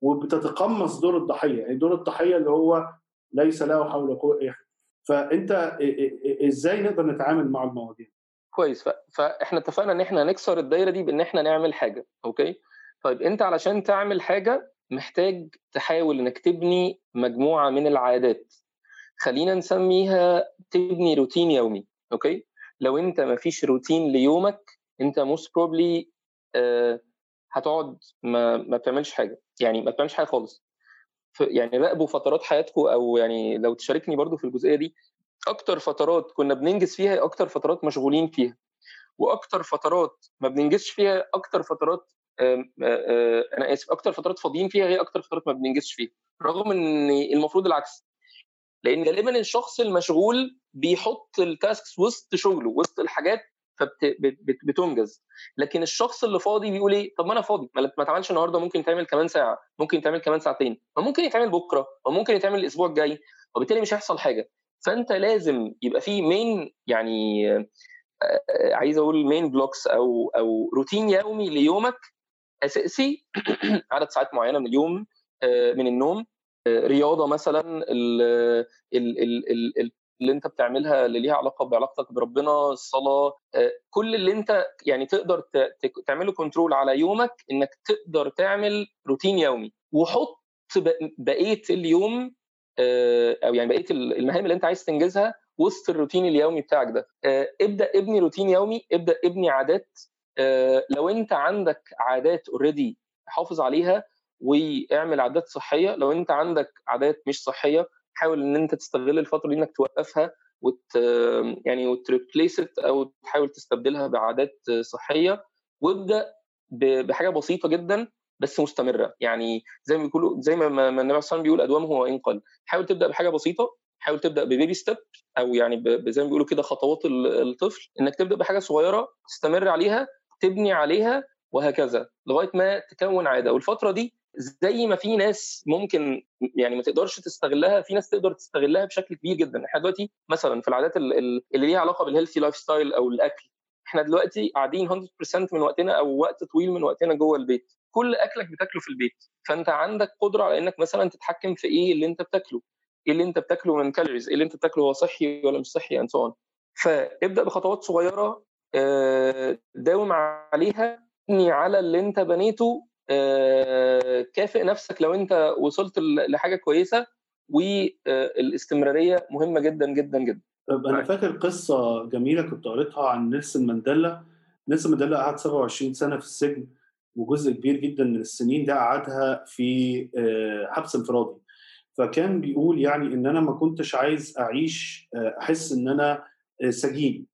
وبتتقمص دور الضحيه. يعني دور الضحيه اللي هو ليس له حول ولا قوه الا بالله. فانت إيه- إيه- إيه- ازاي نقدر نتعامل مع المواضيع؟ كويس. ف... فاحنا اتفقنا ان احنا هنكسر الدايره دي بان احنا نعمل حاجه. اوكي، طيب انت علشان تعمل حاجه محتاج تحاول انك تبني مجموعه من العادات، خلينا نسميها تبني روتين يومي. اوكي، لو انت ما فيش روتين ليومك انت most probably آه هتقعد ما, ما بتعملش حاجه، يعني ما بتعملش حاجه خالص. ف- يعني راقبوا فترات حياتكم، او يعني لو تشاركني برضو في الجزئيه دي، اكتر فترات كنا بننجز فيها هي اكتر فترات مشغولين فيها، واكتر فترات ما بننجزش فيها اكتر فترات آم، آه، آه، انا اسف اكتر فترات فاضيين فيها هي اكتر فترات ما بننجزش فيها، رغم ان المفروض العكس. لان غالبا الشخص المشغول بيحط التاسكس وسط شغله وسط الحاجات فبتنجز. لكن الشخص اللي فاضي بيقول ايه، طب ما انا فاضي، ما ما اتعملش النهارده، ممكن يتعمل كمان ساعه، ممكن يتعمل كمان ساعتين، ما ممكن يتعمل بكره، ما ممكن يتعمل الاسبوع الجاي، وبالتالي مش هيحصل حاجه. فانت لازم يبقى في مين يعني آه، عايز اقول مين بلوكس او او روتين يومي ليومك اساسي. عدد ساعات معينه من اليوم آه، من النوم، آه، رياضه مثلا، ال ال ال ال ال- اللي انت بتعملها اللي ليها علاقه بعلاقتك بربنا، الصلاه، آه، كل اللي انت يعني تقدر ت- ت- تعمله كنترول على يومك، انك تقدر تعمل روتين يومي، وحط ب- بقيه اليوم آه، او يعني بقيه المهام اللي انت عايز تنجزها وسط الروتين اليومي بتاعك ده. آه، ابدا ابني روتين يومي، ابدا ابني عادات. آه، لو انت عندك عادات اوريدي حافظ عليها واعمل عادات صحيه. لو انت عندك عادات مش صحيه حاول ان انت تستغل الفتره دي انك توقفها وت يعني وتريبليس او تحاول تستبدلها بعادات صحيه، وابدا ب- بحاجه بسيطه جدا بس مستمره. يعني زي ما بيقولوا، زي ما ما النبي صلى الله عليه وسلم بيقول ادومه وان قل. حاول تبدا بحاجه بسيطه، حاول تبدا ببيبي ستيب، او يعني ب- ب- زي ما بيقولوا كده خطوات ال- الطفل، انك تبدا بحاجه صغيره تستمر عليها تبني عليها وهكذا لغايه ما تكون عاده. والفتره دي زي ما في ناس ممكن يعني ما تقدرش تستغلها، في ناس تقدر تستغلها بشكل كبير جدا. احنا دلوقتي مثلا في العادات ال- ال- اللي ليها علاقه بالهيلثي لايف ستايل او الاكل، احنا دلوقتي قاعدين مية بالمية من وقتنا او وقت طويل من وقتنا جوه البيت، كل اكلك بتاكله في البيت، فانت عندك قدره على انك مثلا تتحكم في ايه اللي انت بتاكله، ايه اللي انت بتاكله من كالوريز، ايه اللي انت بتاكله هو صحي ولا مش صحي and so on. فابدا بخطوات صغيره، آه، داوم عليها، ابني على اللي انت بنيته، آه، كافئ نفسك لو انت وصلت ل- لحاجه كويسه، والاستمراريه مهمه جدا جدا جدا. طب انا فاكر قصه جميله كنت قريتها عن نيلسون مانديلا. نيلسون مانديلا قعد سبعة وعشرين سنه في السجن، وجزء كبير جدا من السنين ده قعدها في آه، حبس انفرادي. فكان بيقول يعني ان انا ما كنتش عايز اعيش آه، احس ان انا آه، سجين.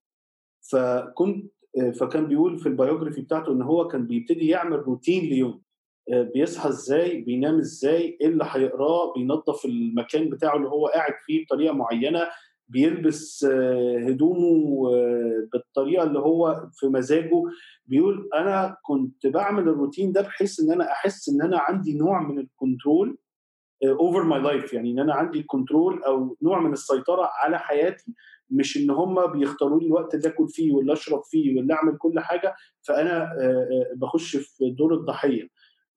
فكنت آه، فكان بيقول في البيوجرافي بتاعته ان هو كان بيبتدي يعمل روتين ليوم، آه، بيصحى ازاي، بينام ازاي، ايه اللي هيقراه، بينظف المكان بتاعه اللي هو قاعد فيه بطريقه معينه، بيلبس آه، هدومه آه، بالطريقه اللي هو في مزاجه. بيقول انا كنت بعمل الروتين ده بحيث ان انا احس ان انا عندي نوع من الكنترول اوفر ماي لايف، يعني ان انا عندي كنترول او نوع من السيطره على حياتي، مش ان هم بيختاروا لي الوقت اللي اكل فيه ولا اشرب فيه ولا اعمل كل حاجه، فانا آه، آه، بخش في دور الضحيه.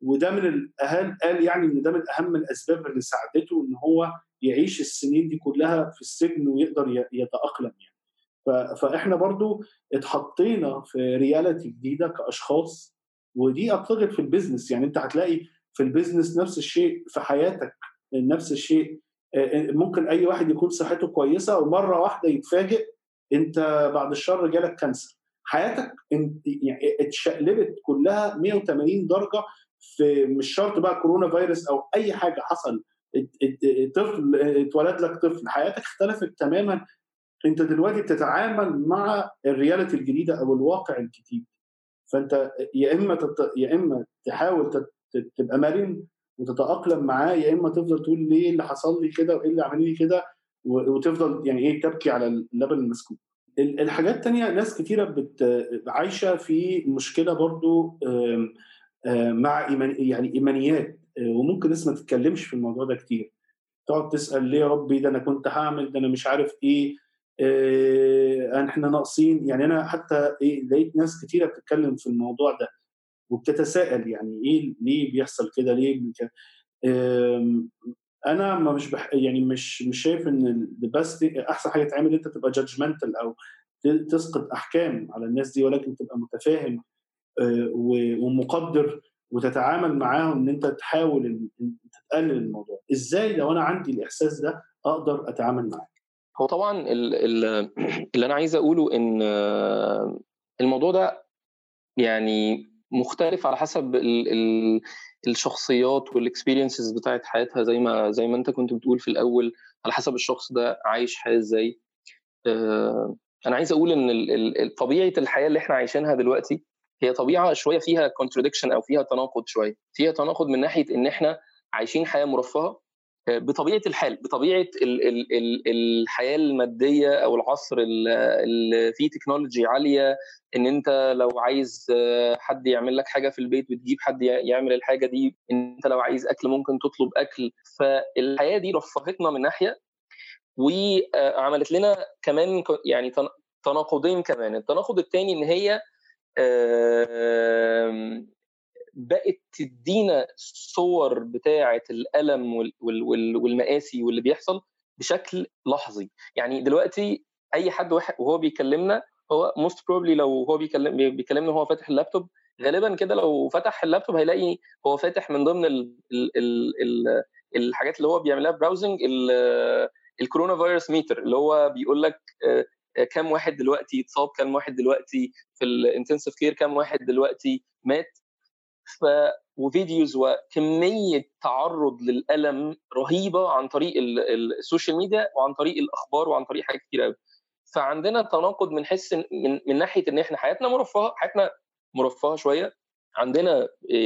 وده من الاهم، قال يعني ان ده من اهم الاسباب اللي ساعدته ان هو يعيش السنين دي كلها في السجن ويقدر يتاقلم يعني. فاحنا برضو اتحطينا في رياليتي جديده كاشخاص، ودي اعتقد في البيزنس يعني انت هتلاقي في البيزنس نفس الشيء، في حياتك نفس الشيء. ممكن اي واحد يكون صحته كويسه ومره واحده يتفاجئ انت بعد الشر جالك كانسر، حياتك انت يعني اتشقلبت كلها مية وتمانين درجه. في مش شرط بقى كورونا فيروس او اي حاجه حصل، طفل اتولد لك طفل، حياتك اختلفت تماما. انت دلوقتي بتتعامل مع الرياليتي الجديده او الواقع الجديد، فانت يا اما تت... يا اما تحاول تت... تبقى مرن وتتاقلم معاه، يا اما تفضل تقول ليه اللي حصل لي كده وايه اللي عمل لي كده، وتفضل يعني ايه تبكي على اللبن المسكوب. الحاجات الثانيه، ناس كتيره بت... عايشه في مشكله برضو مع إيمان... يعني ايمانيات، وممكن ناس ما تتكلمش في الموضوع ده كتير، تقعد تسال ليه يا ربي، ده انا كنت هعمل، ده انا مش عارف ايه، إيه احنا ناقصين. يعني انا حتى إيه لقيت ناس كتيره بتتكلم في الموضوع ده وبتتساءل يعني ايه ليه بيحصل كده، ليه إيه. انا ما مش بح يعني مش مش شايف ان بس احسن حاجه تعمل انت تبقى جادجمنتال او تسقط احكام على الناس دي، ولكن تبقى متفاهم ومقدر وتتعامل معاهم، ان انت تحاول ان تقلل الموضوع. ازاي لو انا عندي الاحساس ده اقدر اتعامل معاه؟ هو طبعا اللي انا عايز اقوله ان الموضوع ده يعني مختلف على حسب ال ال الشخصيات والاكسبيرينسز بتاعت حياتها، زي ما زي ما انت كنت بتقول في الاول، على حسب الشخص ده عايش حياه ازاي. انا عايز اقول ان طبيعه الحياه اللي احنا عايشينها دلوقتي هي طبيعه شويه فيها contradiction او فيها تناقض، شويه فيها تناقض من ناحيه ان احنا عايشين حياه مرفهه بطبيعه الحال، بطبيعه ال ال ال الحياه الماديه او العصر اللي فيه تكنولوجي عاليه، ان انت لو عايز حد يعمل لك حاجه في البيت بتجيب حد يعمل الحاجه دي، انت لو عايز اكل ممكن تطلب اكل. فالحياه دي رفهتنا من ناحيه، وعملت لنا كمان يعني تناقضين كمان. التناقض الثاني ان هي بقت تدينا صور بتاعه الالم والمآسي واللي بيحصل بشكل لحظي. يعني دلوقتي اي حد واحد وهو بيكلمنا، هو most probably لو هو بيكلم بيكلمنا وهو فاتح اللابتوب، غالبا كده لو فتح اللابتوب هيلاقي هو فاتح من ضمن ال ال ال ال الحاجات اللي هو بيعملها براوزنج الكورونا فيروس ميتر، اللي هو بيقول لك كم واحد دلوقتي اتصاب، كم واحد دلوقتي في الانتنسيف كير، كم واحد دلوقتي مات. ف وفيديوز وكميه تعرض للالم رهيبه عن طريق السوشيال ميديا وعن طريق الاخبار وعن طريق حاجات كتير قوي. فعندنا تناقض من حس من, من ناحيه ان احنا حياتنا مرفهه، حياتنا مرفهه شويه، عندنا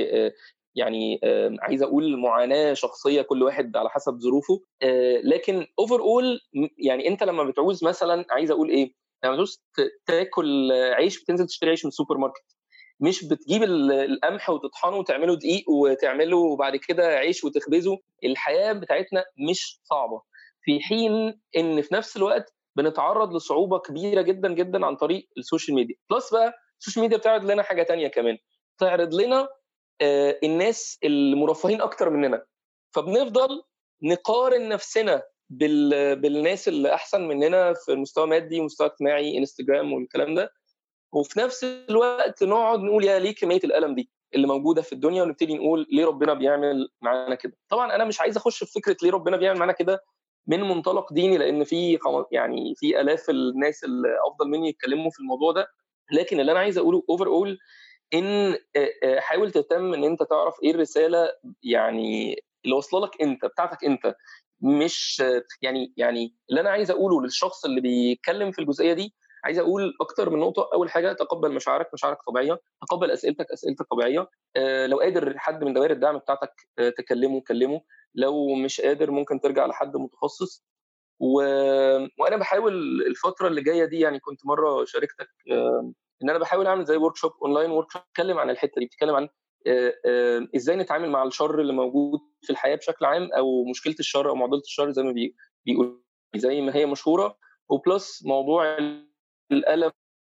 يعني عايز اقول معاناه شخصيه كل واحد على حسب ظروفه، لكن اوفر اول يعني انت لما بتعوز مثلا، عايز اقول ايه، لما بتعوز تاكل عيش بتنزل تشتري عيش من السوبر ماركت، مش بتجيب القمح وتطحنه وتعمله دقيق وتعمله وبعد كده عيش وتخبزه. الحياه بتاعتنا مش صعبه، في حين ان في نفس الوقت بنتعرض لصعوبه كبيره جدا جدا عن طريق السوشيال ميديا. بلس بقى السوشيال ميديا بتعرض لنا حاجه تانية كمان، تعرض لنا آه الناس المرفهين اكتر مننا، فبنفضل نقارن نفسنا بال... بالناس اللي احسن مننا في مستوى مادي ومستوى اجتماعي، انستجرام والكلام ده، وفي نفس الوقت نقعد نقول يا ليه كميه الالم دي اللي موجوده في الدنيا، ونبتدي نقول ليه ربنا بيعمل معانا كده. طبعا انا مش عايز اخش في فكره ليه ربنا بيعمل معانا كده من منطلق ديني، لان في يعني في الاف الناس اللي افضل مني يتكلموا في الموضوع ده، لكن اللي انا عايز اقوله اوفر اول ان حاول تهتم ان انت تعرف ايه الرساله يعني اللي واصله لك انت، بتاعتك انت، مش يعني يعني اللي انا عايز اقوله للشخص اللي بيتكلم في الجزئيه دي، عايز اقول اكتر من نقطه. اول حاجه، تقبل مشاعرك، مشاعرك طبيعيه، تقبل اسئلتك، اسئلتك طبيعيه. أه لو قادر حد من دوائر الدعم بتاعتك أه تكلمه كلمه، لو مش قادر ممكن ترجع لحد متخصص. و... وانا بحاول الفتره اللي جايه دي، يعني كنت مره شاركتك أه ان انا بحاول اعمل زي ورك شوب اونلاين، ورك شوب بتتكلم عن الحته دي، بتتكلم عن أه أه ازاي نتعامل مع الشر اللي موجود في الحياه بشكل عام، او مشكله الشر او معضله الشر زي ما بيقول، زي ما هي مشهوره، وبلس موضوع الألم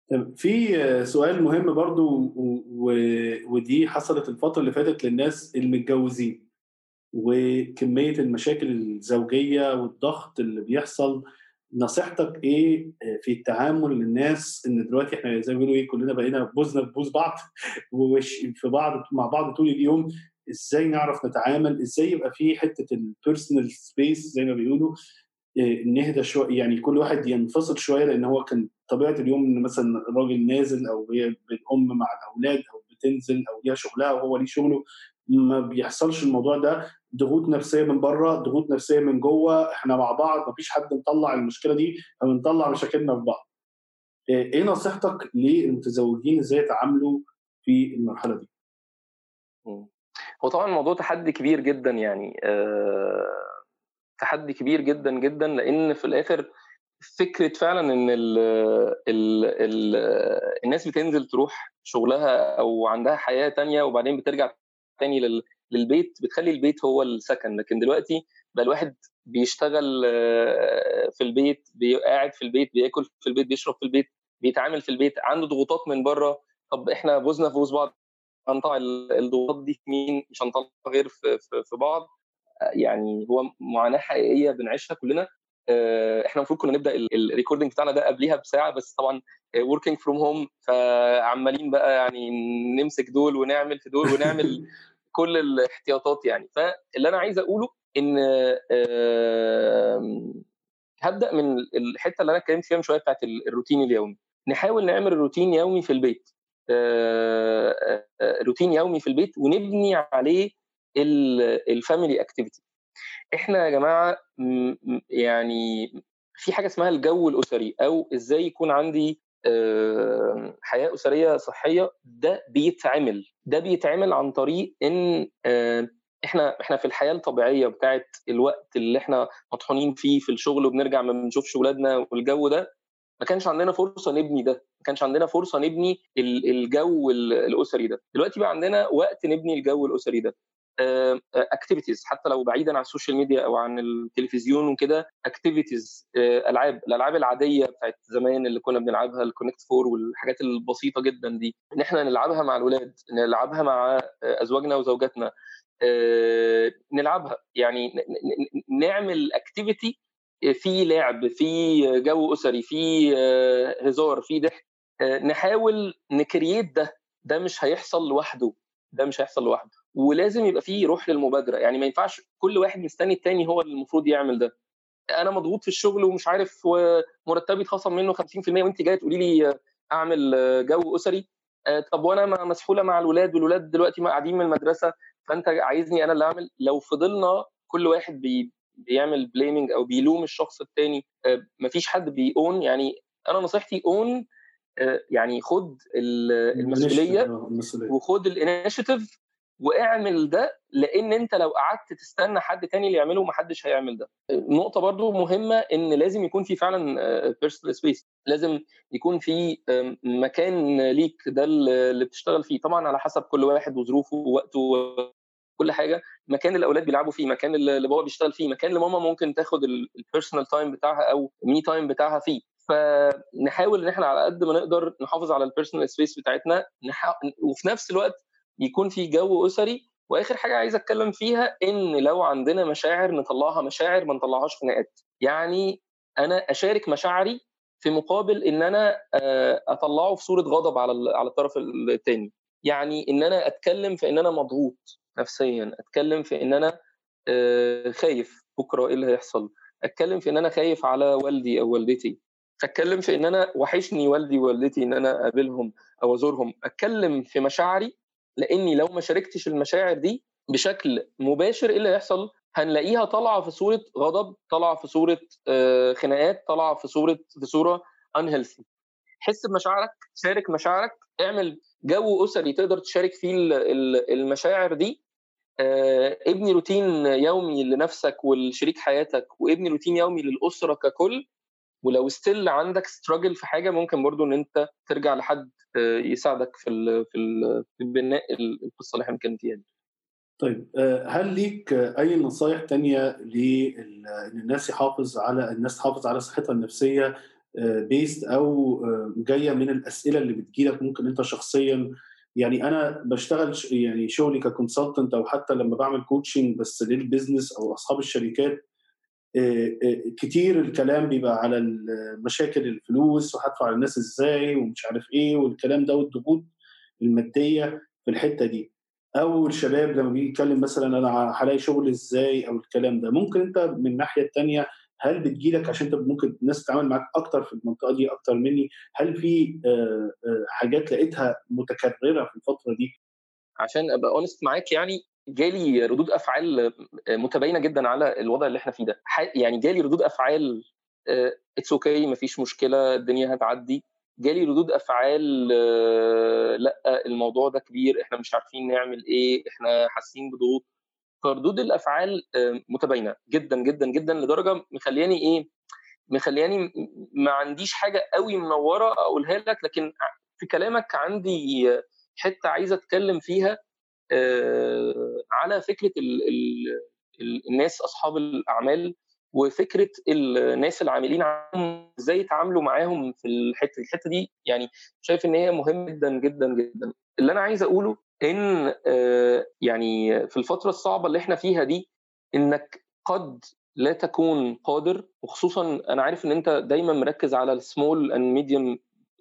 في سؤال مهم برضو و... و... ودي حصلت الفترة اللي فاتت للناس المتجوزين، وكمية المشاكل الزوجية والضغط اللي بيحصل. نصيحتك ايه في التعامل للناس ان دلوقتي احنا زي ما بيقولوا ايه، كلنا بقينا بوزنا ببوز بعض ووش في بعض مع بعض طول اليوم. ازاي نعرف نتعامل، ازاي يبقى في حتة البيرسونال سبيس زي ما بيقولوا، إيه، نهدى شويه، يعني كل واحد ينفصل شويه، لان هو كان طبيعه اليوم ان مثلا الراجل نازل او هي الام مع الاولاد او بتنزل او ليها شغلها وهو ليه شغله. ما بيحصلش الموضوع ده، ضغوط نفسيه من بره، ضغوط نفسيه من جوه، احنا مع بعض مفيش حد مطلع المشكله دي او نطلع مشاكلنا في بعض. ايه إيه نصيحتك للمتزوجين ازاي يتعاملوا في المرحله دي؟ مم. هو طبعا الموضوع تحدي كبير جدا، يعني آه، تحدي كبير جدا جدا، لان في الاخر فكره فعلا ان ال ال ال الناس بتنزل تروح شغلها او عندها حياه تانية وبعدين بترجع تاني لل للبيت، بتخلي البيت هو السكن. لكن دلوقتي بقى الواحد بيشتغل آه، في البيت، بي- قاعد في البيت، بياكل في البيت، بيشرب في البيت، بيتعامل في البيت، عنده ضغوطات من بره. طب احنا بوزنا في بوز بعض، هنطلع ال- الضغوطات دي في مين؟ مش هنطلع غير في, في, في بعض. يعني هو معاناه حقيقيه بنعيشها كلنا. آه، احنا المفروض كنا نبدا الريكوردنج بتاعنا ده قبليها بساعه، بس طبعا وركينج فروم هوم، فعمالين بقى يعني نمسك دول ونعمل في دول ونعمل كل الاحتياطات. يعني فاللي انا عايز اقوله ان آه، هبدا من الحته اللي انا اتكلمت فيها من شويه بتاعت الروتين اليومي. نحاول نعمل روتين يومي في البيت، آه، آه، روتين يومي في البيت، ونبني عليه الفاميلي اكتيفيتي. احنا يا جماعه م- م- يعني في حاجه اسمها الجو الاسري، او ازاي يكون عندي آه، حياه اسريه صحيه. ده بيتعمل ده بيتعمل عن طريق ان آه، احنا احنا في الحياه الطبيعيه بتاعت الوقت اللي احنا مطحونين فيه في الشغل، وبنرجع ما بنشوفش اولادنا والجو ده، ما كانش عندنا فرصه نبني ده، ما كانش عندنا فرصه نبني ال- الجو ال- الاسري ده. دلوقتي بقى عندنا وقت نبني الجو الاسري ده. اكتيفيتيز حتى لو بعيدا عن السوشيال ميديا او عن التلفزيون وكده، اكتيفيتيز، العاب الالعاب العاديه بتاعت زمان اللي كنا بنلعبها، الكونكت فور والحاجات البسيطه جدا دي، ان احنا نلعبها مع الولاد، نلعبها مع آه، ازواجنا وزوجاتنا، آه، نلعبها. يعني ن- ن- نعمل اكتيفيتي في لعب، في جو اسري، في آه، هزار، في ضحك. آه، نحاول نكرييت ده. ده مش هيحصل لوحده، ده مش هيحصل لوحده، ولازم يبقى فيه روح للمبادره. يعني ما ينفعش كل واحد مستني التاني هو اللي المفروض يعمل ده. انا مضغوط في الشغل ومش عارف، ومرتبي اتخصم منه خمسين في المية، وانت جايه تقولي لي اعمل جو اسري. آه، طب وانا مسحوله مع الولاد، والولاد دلوقتي ما قاعدين من المدرسه، فانت عايزني انا اللي اعمل؟ لو فضلنا كل واحد بي بيعمل بليمنج او بيلوم الشخص الثاني، مفيش حد بيأون. يعني انا نصيحتي اون، يعني خد المسؤوليه المسؤوليه. وخد الانيشيتيف واعمل ده، لان انت لو قعدت تستنى حد تاني اللي يعمله محدش هيعمل ده. نقطه برضو مهمه، ان لازم يكون في فعلا بيرسونال سبيس، لازم يكون في مكان ليك ده اللي بتشتغل فيه، طبعا على حسب كل واحد وظروفه ووقته كل حاجه. مكان الاولاد بيلعبوا فيه، مكان اللي بابا بيشتغل فيه، مكان اللي ماما ممكن تاخد البيرسونال تايم بتاعها او مي تايم بتاعها فيه. فنحاول ان احنا على قد ما نقدر نحافظ على البيرسونال سبيس بتاعتنا، نح... وفي نفس الوقت يكون في جو اسري. واخر حاجه عايز اتكلم فيها، ان لو عندنا مشاعر نطلعها مشاعر، ما نطلعهاش خناقات. يعني انا اشارك مشاعري في مقابل ان انا اطلعه في صوره غضب على على الطرف الثاني. يعني ان انا اتكلم في ان انا مضغوط نفسيا، اتكلم في ان انا خايف بكره ايه اللي هيحصل، اتكلم في ان انا خايف على والدي او والدتي، اتكلم في ان انا وحشني والدي ووالدتي ان انا اقابلهم او ازورهم. اتكلم في مشاعري، لاني لو ما شاركتش المشاعر دي بشكل مباشر، ايه اللي هيحصل؟ هنلاقيها طالعه في صوره غضب، طالعه في صوره خناقات، طالعه في صوره في صوره unhealthy. حس بمشاعرك، شارك مشاعرك، اعمل جو اسري تقدر تشارك فيه المشاعر دي. ابني روتين يومي لنفسك ولشريك حياتك، وابني روتين يومي للاسره ككل. ولو ستيل عندك ستراجل في حاجه، ممكن برضو ان انت ترجع لحد يساعدك في ال في ال في بناء القصه اللي احنا بنتكلم فيها دي. طيب، هل ليك اي نصايح تانية لان الناس يحافظ على الناس تحافظ على صحتها النفسيه بيست او جايه من الاسئله اللي بتجيلك ممكن انت شخصيا. يعني انا بشتغل يعني شغلي ككونسلتنت او حتى لما بعمل كوتشنج بس للبيزنس او اصحاب الشركات، كتير الكلام بيبقى على مشاكل الفلوس وهدفع للناس ازاي ومش عارف ايه والكلام ده والضغوط الماديه في الحته دي. او الشباب لما بيجي يتكلم مثلا انا هلاقي شغل ازاي او الكلام ده. ممكن انت من الناحيه الثانيه هل بتجيلك عشان انت ممكن الناس تتعامل معاك اكتر في المنطقه دي اكتر مني؟ هل في حاجات لقيتها متكرره في الفتره دي؟ عشان ابقى اونست معاك، يعني جالي ردود افعال متباينه جدا على الوضع اللي احنا فيه ده. يعني جالي ردود افعال اتس اوكي مفيش مشكله الدنيا هتعدي، جالي ردود افعال لا الموضوع ده كبير احنا مش عارفين نعمل ايه احنا حاسين بضغوط. فردود الافعال متباينه جدا جدا جدا لدرجه مخلياني ايه مخلياني ما عنديش حاجه قوي منوره اقولها لك، لكن في كلامك عندي حته عايزه اتكلم فيها على فكره ال ال الناس اصحاب الاعمال وفكره الناس العاملين ازاي يتعاملوا معاهم في الحته الحته دي. يعني شايف ان هي مهمه جدا جدا جدا. اللي انا عايز اقوله ان يعني في الفتره الصعبه اللي احنا فيها دي انك قد لا تكون قادر، وخصوصا انا عارف ان انت دايما مركز على السمول اند ميديوم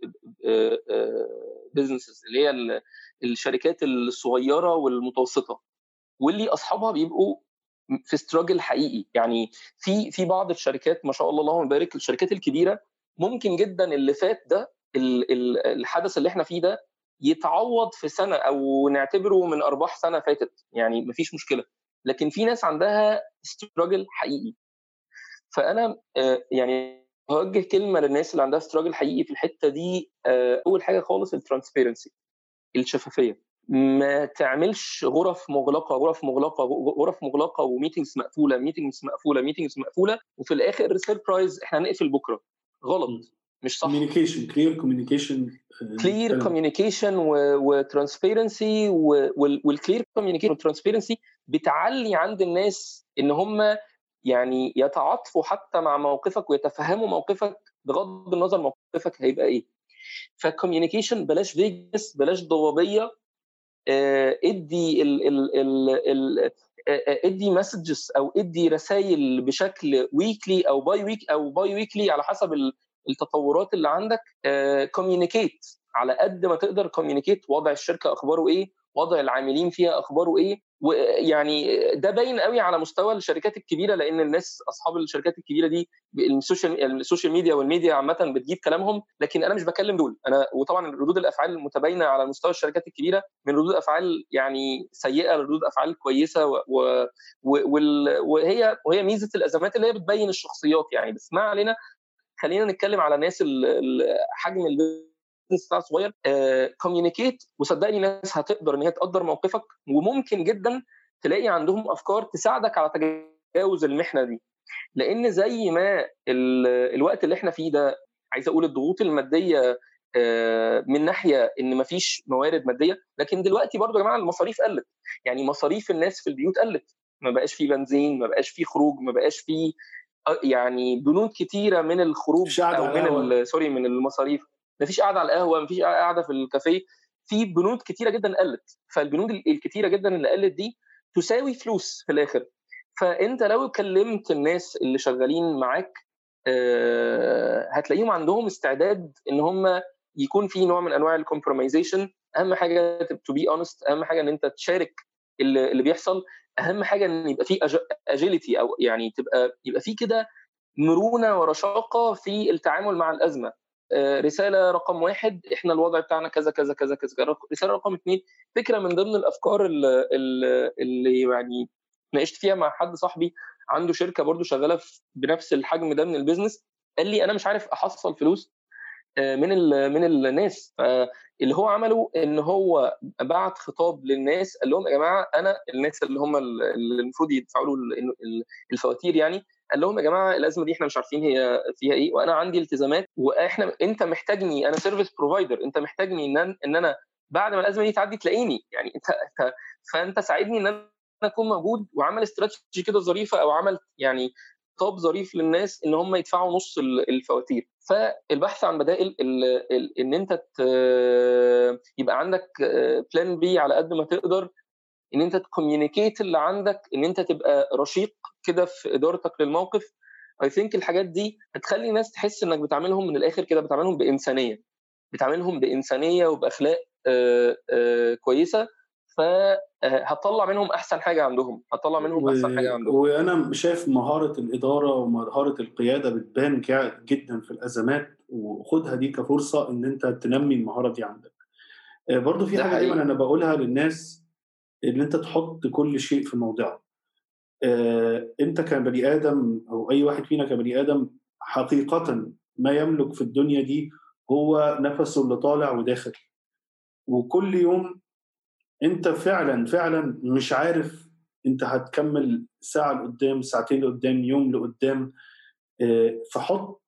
بزنسز اللي هي الشركات الصغيره والمتوسطه واللي اصحابها بيبقوا في استراجل حقيقي. يعني في في بعض الشركات ما شاء الله اللهم بارك، الشركات الكبيره ممكن جدا اللي فات ده الحدث اللي احنا فيه ده يتعوض في سنه او نعتبره من ارباح سنه فاتت، يعني مفيش مشكله. لكن في ناس عندها استراجل حقيقي. فانا يعني هوجه كلمه للناس اللي عندها استراجل حقيقي في الحته دي. اول حاجه خالص الترانسبيرنسي، الشفافيه. ما تعملش غرف مغلقه غرف مغلقه غرف مغلقه وميتنجز مقفوله ميتنجز مقفوله ميتنجز مقفوله وفي الاخر سربرايز احنا هنقفل بكره. غلط، مش صح. كوميونيكيشن كلير كوميونيكيشن كلير كوميونيكيشن وترانسبيرنسي. والكلير كوميونيكيشن والترانسبيرنسي بتعلي عند الناس ان هم يعني يتعاطفوا حتى مع موقفك ويتفهموا موقفك بغض النظر موقفك هيبقى ايه. فالكوميونيكيشن بلاش فيجنس بلاش ضبابيه. ادي ال ال ال ال ادي مسجز او ادي رسائل بشكل ويكلي او باي ويك او باي ويكلي على حسب التطورات اللي عندك. كوميونيكيت على قد ما تقدر، كوميونيكيت وضع الشركه اخباره ايه، وضع العاملين فيها اخباره ايه. ويعني ده باين قوي على مستوى الشركات الكبيره، لان الناس اصحاب الشركات الكبيره دي السوشيال السوشيال ميديا والميديا عامه بتجيب كلامهم. لكن انا مش بكلم دول انا. وطبعا ردود الافعال المتباينه على مستوى الشركات الكبيره من ردود افعال يعني سيئه لردود افعال كويسه و... و... وهي وهي ميزه الازمات اللي هي بتبين الشخصيات يعني. بس ما علينا، خلينا نتكلم على ناس حجم البيزنس بتاعها صغير. كوميونيكيت وصدقني الناس هتقدر ان هي تقدر موقفك، وممكن جدا تلاقي عندهم افكار تساعدك على تجاوز المحنه دي. لان زي ما الوقت اللي احنا فيه ده، عايز اقول الضغوط الماديه من ناحيه ان مفيش موارد ماديه، لكن دلوقتي برضو يا جماعه المصاريف قلت. يعني مصاريف الناس في البيوت قلت، ما بقاش فيه بنزين، ما بقاش فيه خروج، ما بقاش فيه يعني بنود كتيره من الخروج او من سوري من المصاريف. مفيش قاعده على القهوه، مفيش قاعده في الكافيه، في بنود كتيره جدا قلت. فالبنود الكتيره جدا اللي قلت دي تساوي فلوس في الاخر. فانت لو كلمت الناس اللي شغالين معاك هتلاقيهم عندهم استعداد ان هم يكون في نوع من انواع الكومبرومايزيشن. اهم حاجه تو بي اونست، اهم حاجه ان انت تشارك اللي بيحصل، اهم حاجه ان يبقى في اجيليتي او يعني تبقى يبقى في كده مرونه ورشاقه في التعامل مع الازمه. رساله رقم واحد احنا الوضع بتاعنا كذا كذا كذا كذا. رساله رقم اثنين، فكره من ضمن الافكار اللي, اللي يعني ناقشت فيها مع حد صاحبي عنده شركه برضو شغاله بنفس الحجم ده من البيزنس. قال لي انا مش عارف احصل فلوس من من الناس. فاللي هو عمله ان هو بعت خطاب للناس قال لهم يا جماعه انا الناس اللي هم اللي المفروض يدفعوا له الفواتير، يعني قال لهم يا جماعه الازمه دي احنا مش عارفين هي فيها ايه، وانا عندي التزامات، واحنا انت محتاجني، انا سيرفيس بروفايدر، انت محتاجني ان ان انا بعد ما الازمه دي تعدي تلاقيني، يعني انت فانت ساعدني ان انا اكون موجود. وعمل استراتيجي كده ظريفه او عمل يعني خطاب ظريف للناس ان هم يدفعوا نص الفواتير. فالبحث عن بدائل ان انت يبقى عندك بلان بي على قد ما تقدر، ان انت تكوميونيكيت اللي عندك، ان انت تبقى رشيق كده في ادارتك للموقف. I think الحاجات دي هتخلي الناس تحس انك بتعملهم من الاخر كده، بتعملهم بانسانيه بتعملهم بانسانيه وباخلاق آآ آآ كويسه، فهتطلع منهم احسن حاجه عندهم هتطلع منهم و... احسن حاجه عندهم. وانا شايف مهاره الاداره ومهاره القياده بتبان جدا في الازمات، وخدها دي كفرصه ان انت تنمي المهاره دي عندك. برضو في حاجه دايما انا بقولها للناس، ان انت تحط كل شيء في موضعه. انت كبني ادم او اي واحد فينا كبني ادم حقيقه ما يملك في الدنيا دي هو نفسه اللي طالع وداخل، وكل يوم انت فعلا فعلا مش عارف انت هتكمل ساعه لقدام، ساعتين لقدام، يوم لقدام. فحط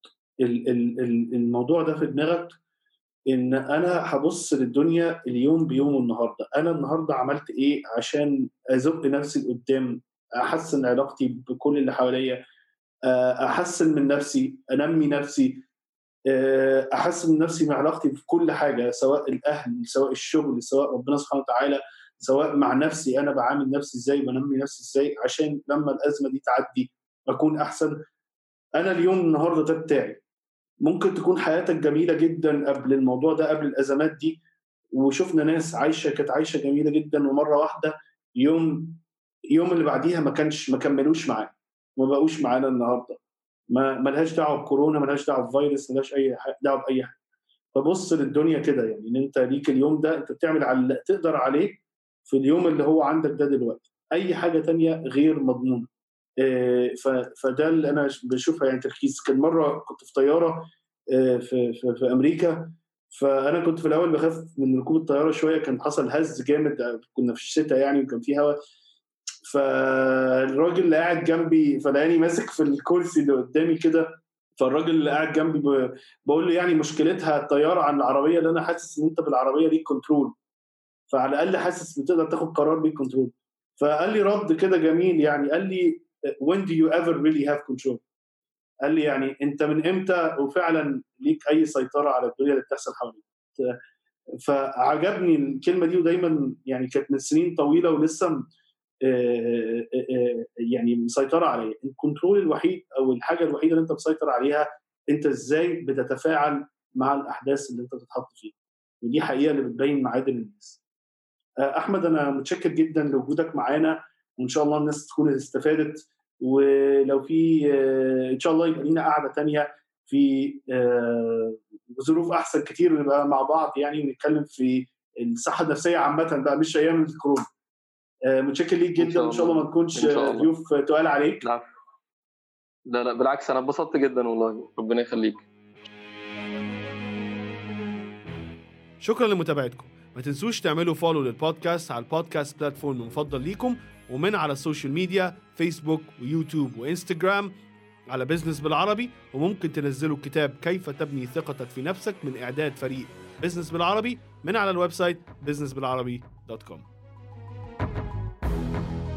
الموضوع ده في دماغك، ان انا هبص للدنيا اليوم بيوم النهارده. انا النهارده عملت ايه عشان ازق نفسي لقدام، احسن علاقتي بكل اللي حواليا، احسن من نفسي، انمي نفسي، احسن من نفسي مع علاقتي في كل حاجه، سواء الاهل، سواء الشغل، سواء ربنا سبحانه وتعالى، سواء مع نفسي انا بعامل نفسي ازاي، بنمي نفسي ازاي، عشان لما الازمه دي تعدي اكون احسن. انا اليوم النهارده ده بتاعي. ممكن تكون حياتك جميله جدا قبل الموضوع ده، قبل الازمات دي، وشفنا ناس عايشه كانت عايشه جميله جدا، ومره واحده يوم يوم اللي بعديها ما كانش ما كملوش معانا، ما بقوش معانا النهارده. ما ملهاش دعوه بكورونا، ملهاش دعوه بفيروس، ملهاش اي دعوه باي حاجه. فبص للدنيا كده، يعني ان انت ليك اليوم ده، انت بتعمل على اللي تقدر عليه في اليوم اللي هو عندك ده دلوقتي. اي حاجه تانية غير مضمونه. فده اللي انا بشوفها يعني تركيز. كان مره كنت في طياره في في, في امريكا، فانا كنت في الاول بخاف من ركوب الطياره شويه، كان حصل هز جامد، كنا في الشتاء يعني وكان في هواء. فالراجل اللي قاعد جنبي فلاني ماسك في الكرسي اللي قدامي كده، فالراجل اللي قاعد جنبي بقول له يعني مشكلتها الطياره عن العربيه، اللي انا حاسس ان انت بالعربيه ليك كنترول، فعلى الاقل حاسس بتقدر تاخد قرار بالكنترول. فقال لي رد كده جميل، يعني قال لي when do you ever really have control؟ قال لي يعني انت من امتى وفعلا ليك اي سيطره على الدنيا اللي بتحصل حواليك؟ فعجبني الكلمه دي، ودايما يعني كانت من سنين طويله ولسه يعني مسيطره عليا. الكنترول الوحيد او الحاجه الوحيده اللي انت مسيطر عليها انت ازاي بتتفاعل مع الاحداث اللي انت بتتحط فيها، ودي حقيقه اللي بتبين معادن الناس. احمد انا متشكر جدا لوجودك معانا، وان شاء الله الناس تكون استفادت، ولو في ان شاء الله يبقى لنا قعده تانية في ظروف احسن كتير نبقى مع بعض يعني، ونتكلم في الصحه النفسيه عامه بقى، مش ايام الكورونا. متشكر ليك جدا، وان شاء الله ما نكونش ضيوف تقال عليك. لا لا لا بالعكس، انا اتبسطت جدا والله، ربنا يخليك. شكرا لمتابعتكم. ما تنسوش تعملوا فولو للبودكاست على البودكاست بلاتفورم المفضل ليكم، ومن على السوشيال ميديا فيسبوك ويوتيوب وإنستجرام على بيزنس بالعربي. وممكن تنزلوا كتاب كيف تبني ثقتك في نفسك من إعداد فريق بيزنس بالعربي من على الويب سايت بيزنس بالعربي دوت كوم.